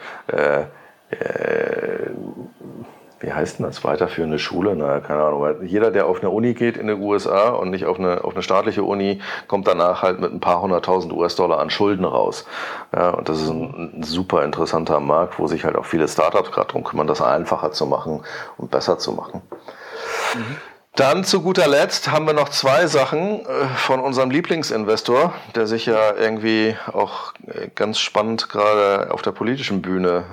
wie heißt denn das, weiterführende Schule? Naja, keine Ahnung. Jeder, der auf eine Uni geht in den USA und nicht auf eine staatliche Uni, kommt danach halt mit ein paar 100.000 US-Dollar an Schulden raus. Ja, und das ist ein super interessanter Markt, wo sich halt auch viele Startups gerade drum kümmern, das einfacher zu machen und besser zu machen. Mhm. Dann zu guter Letzt haben wir noch zwei Sachen von unserem Lieblingsinvestor, der sich ja irgendwie auch ganz spannend gerade auf der politischen Bühne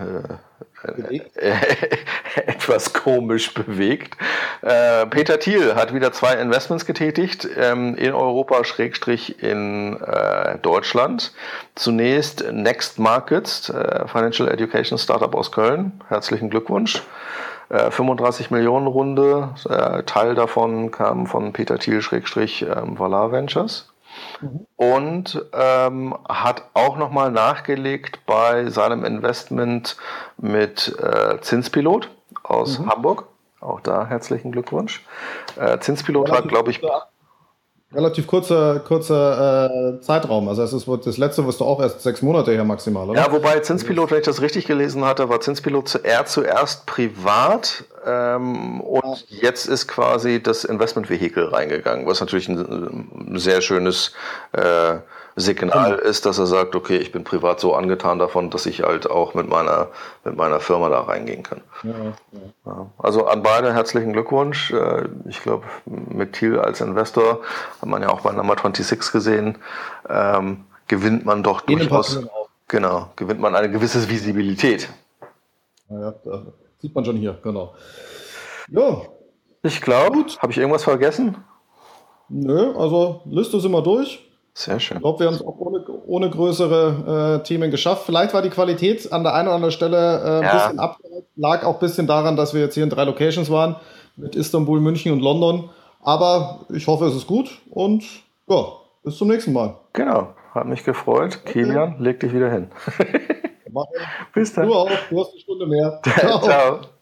etwas komisch bewegt. Peter Thiel hat wieder 2 Investments getätigt in Europa / in Deutschland. Zunächst Next Markets, Financial Education Startup aus Köln. Herzlichen Glückwunsch. 35 Millionen Runde, Teil davon kam von Peter Thiel / Valar Ventures. Und hat auch nochmal nachgelegt bei seinem Investment mit Zinspilot aus Hamburg. Auch da herzlichen Glückwunsch. Zinspilot war, glaube ich... Relativ kurzer Zeitraum. Also das letzte wirst du auch erst 6 Monate her maximal, oder? Ja, wobei Zinspilot, wenn ich das richtig gelesen hatte, war Zinspilot zuerst privat und jetzt ist quasi das Investmentvehikel reingegangen, was natürlich ein sehr schönes Signal ist, dass er sagt, okay, ich bin privat so angetan davon, dass ich halt auch mit meiner Firma da reingehen kann. Ja, also an beide herzlichen Glückwunsch. Ich glaube, mit Thiel als Investor, hat man ja auch bei Number 26 gesehen, gewinnt man doch durchaus, gewinnt man eine gewisse Visibilität. Ja, da sieht man schon hier, genau. Ja. Ich glaube, habe ich irgendwas vergessen? Nö, also Liste sind wir durch. Sehr schön. Ich glaube, wir haben es auch ohne größere Themen geschafft. Vielleicht war die Qualität an der einen oder anderen Stelle ein bisschen abgereizt. Lag auch ein bisschen daran, dass wir jetzt hier in 3 Locations waren, mit Istanbul, München und London. Aber ich hoffe, es ist gut und ja, bis zum nächsten Mal. Genau, hat mich gefreut. Okay. Kilian, leg dich wieder hin. Bis dann. Du auch, du hast eine Stunde mehr. Ciao. Ciao.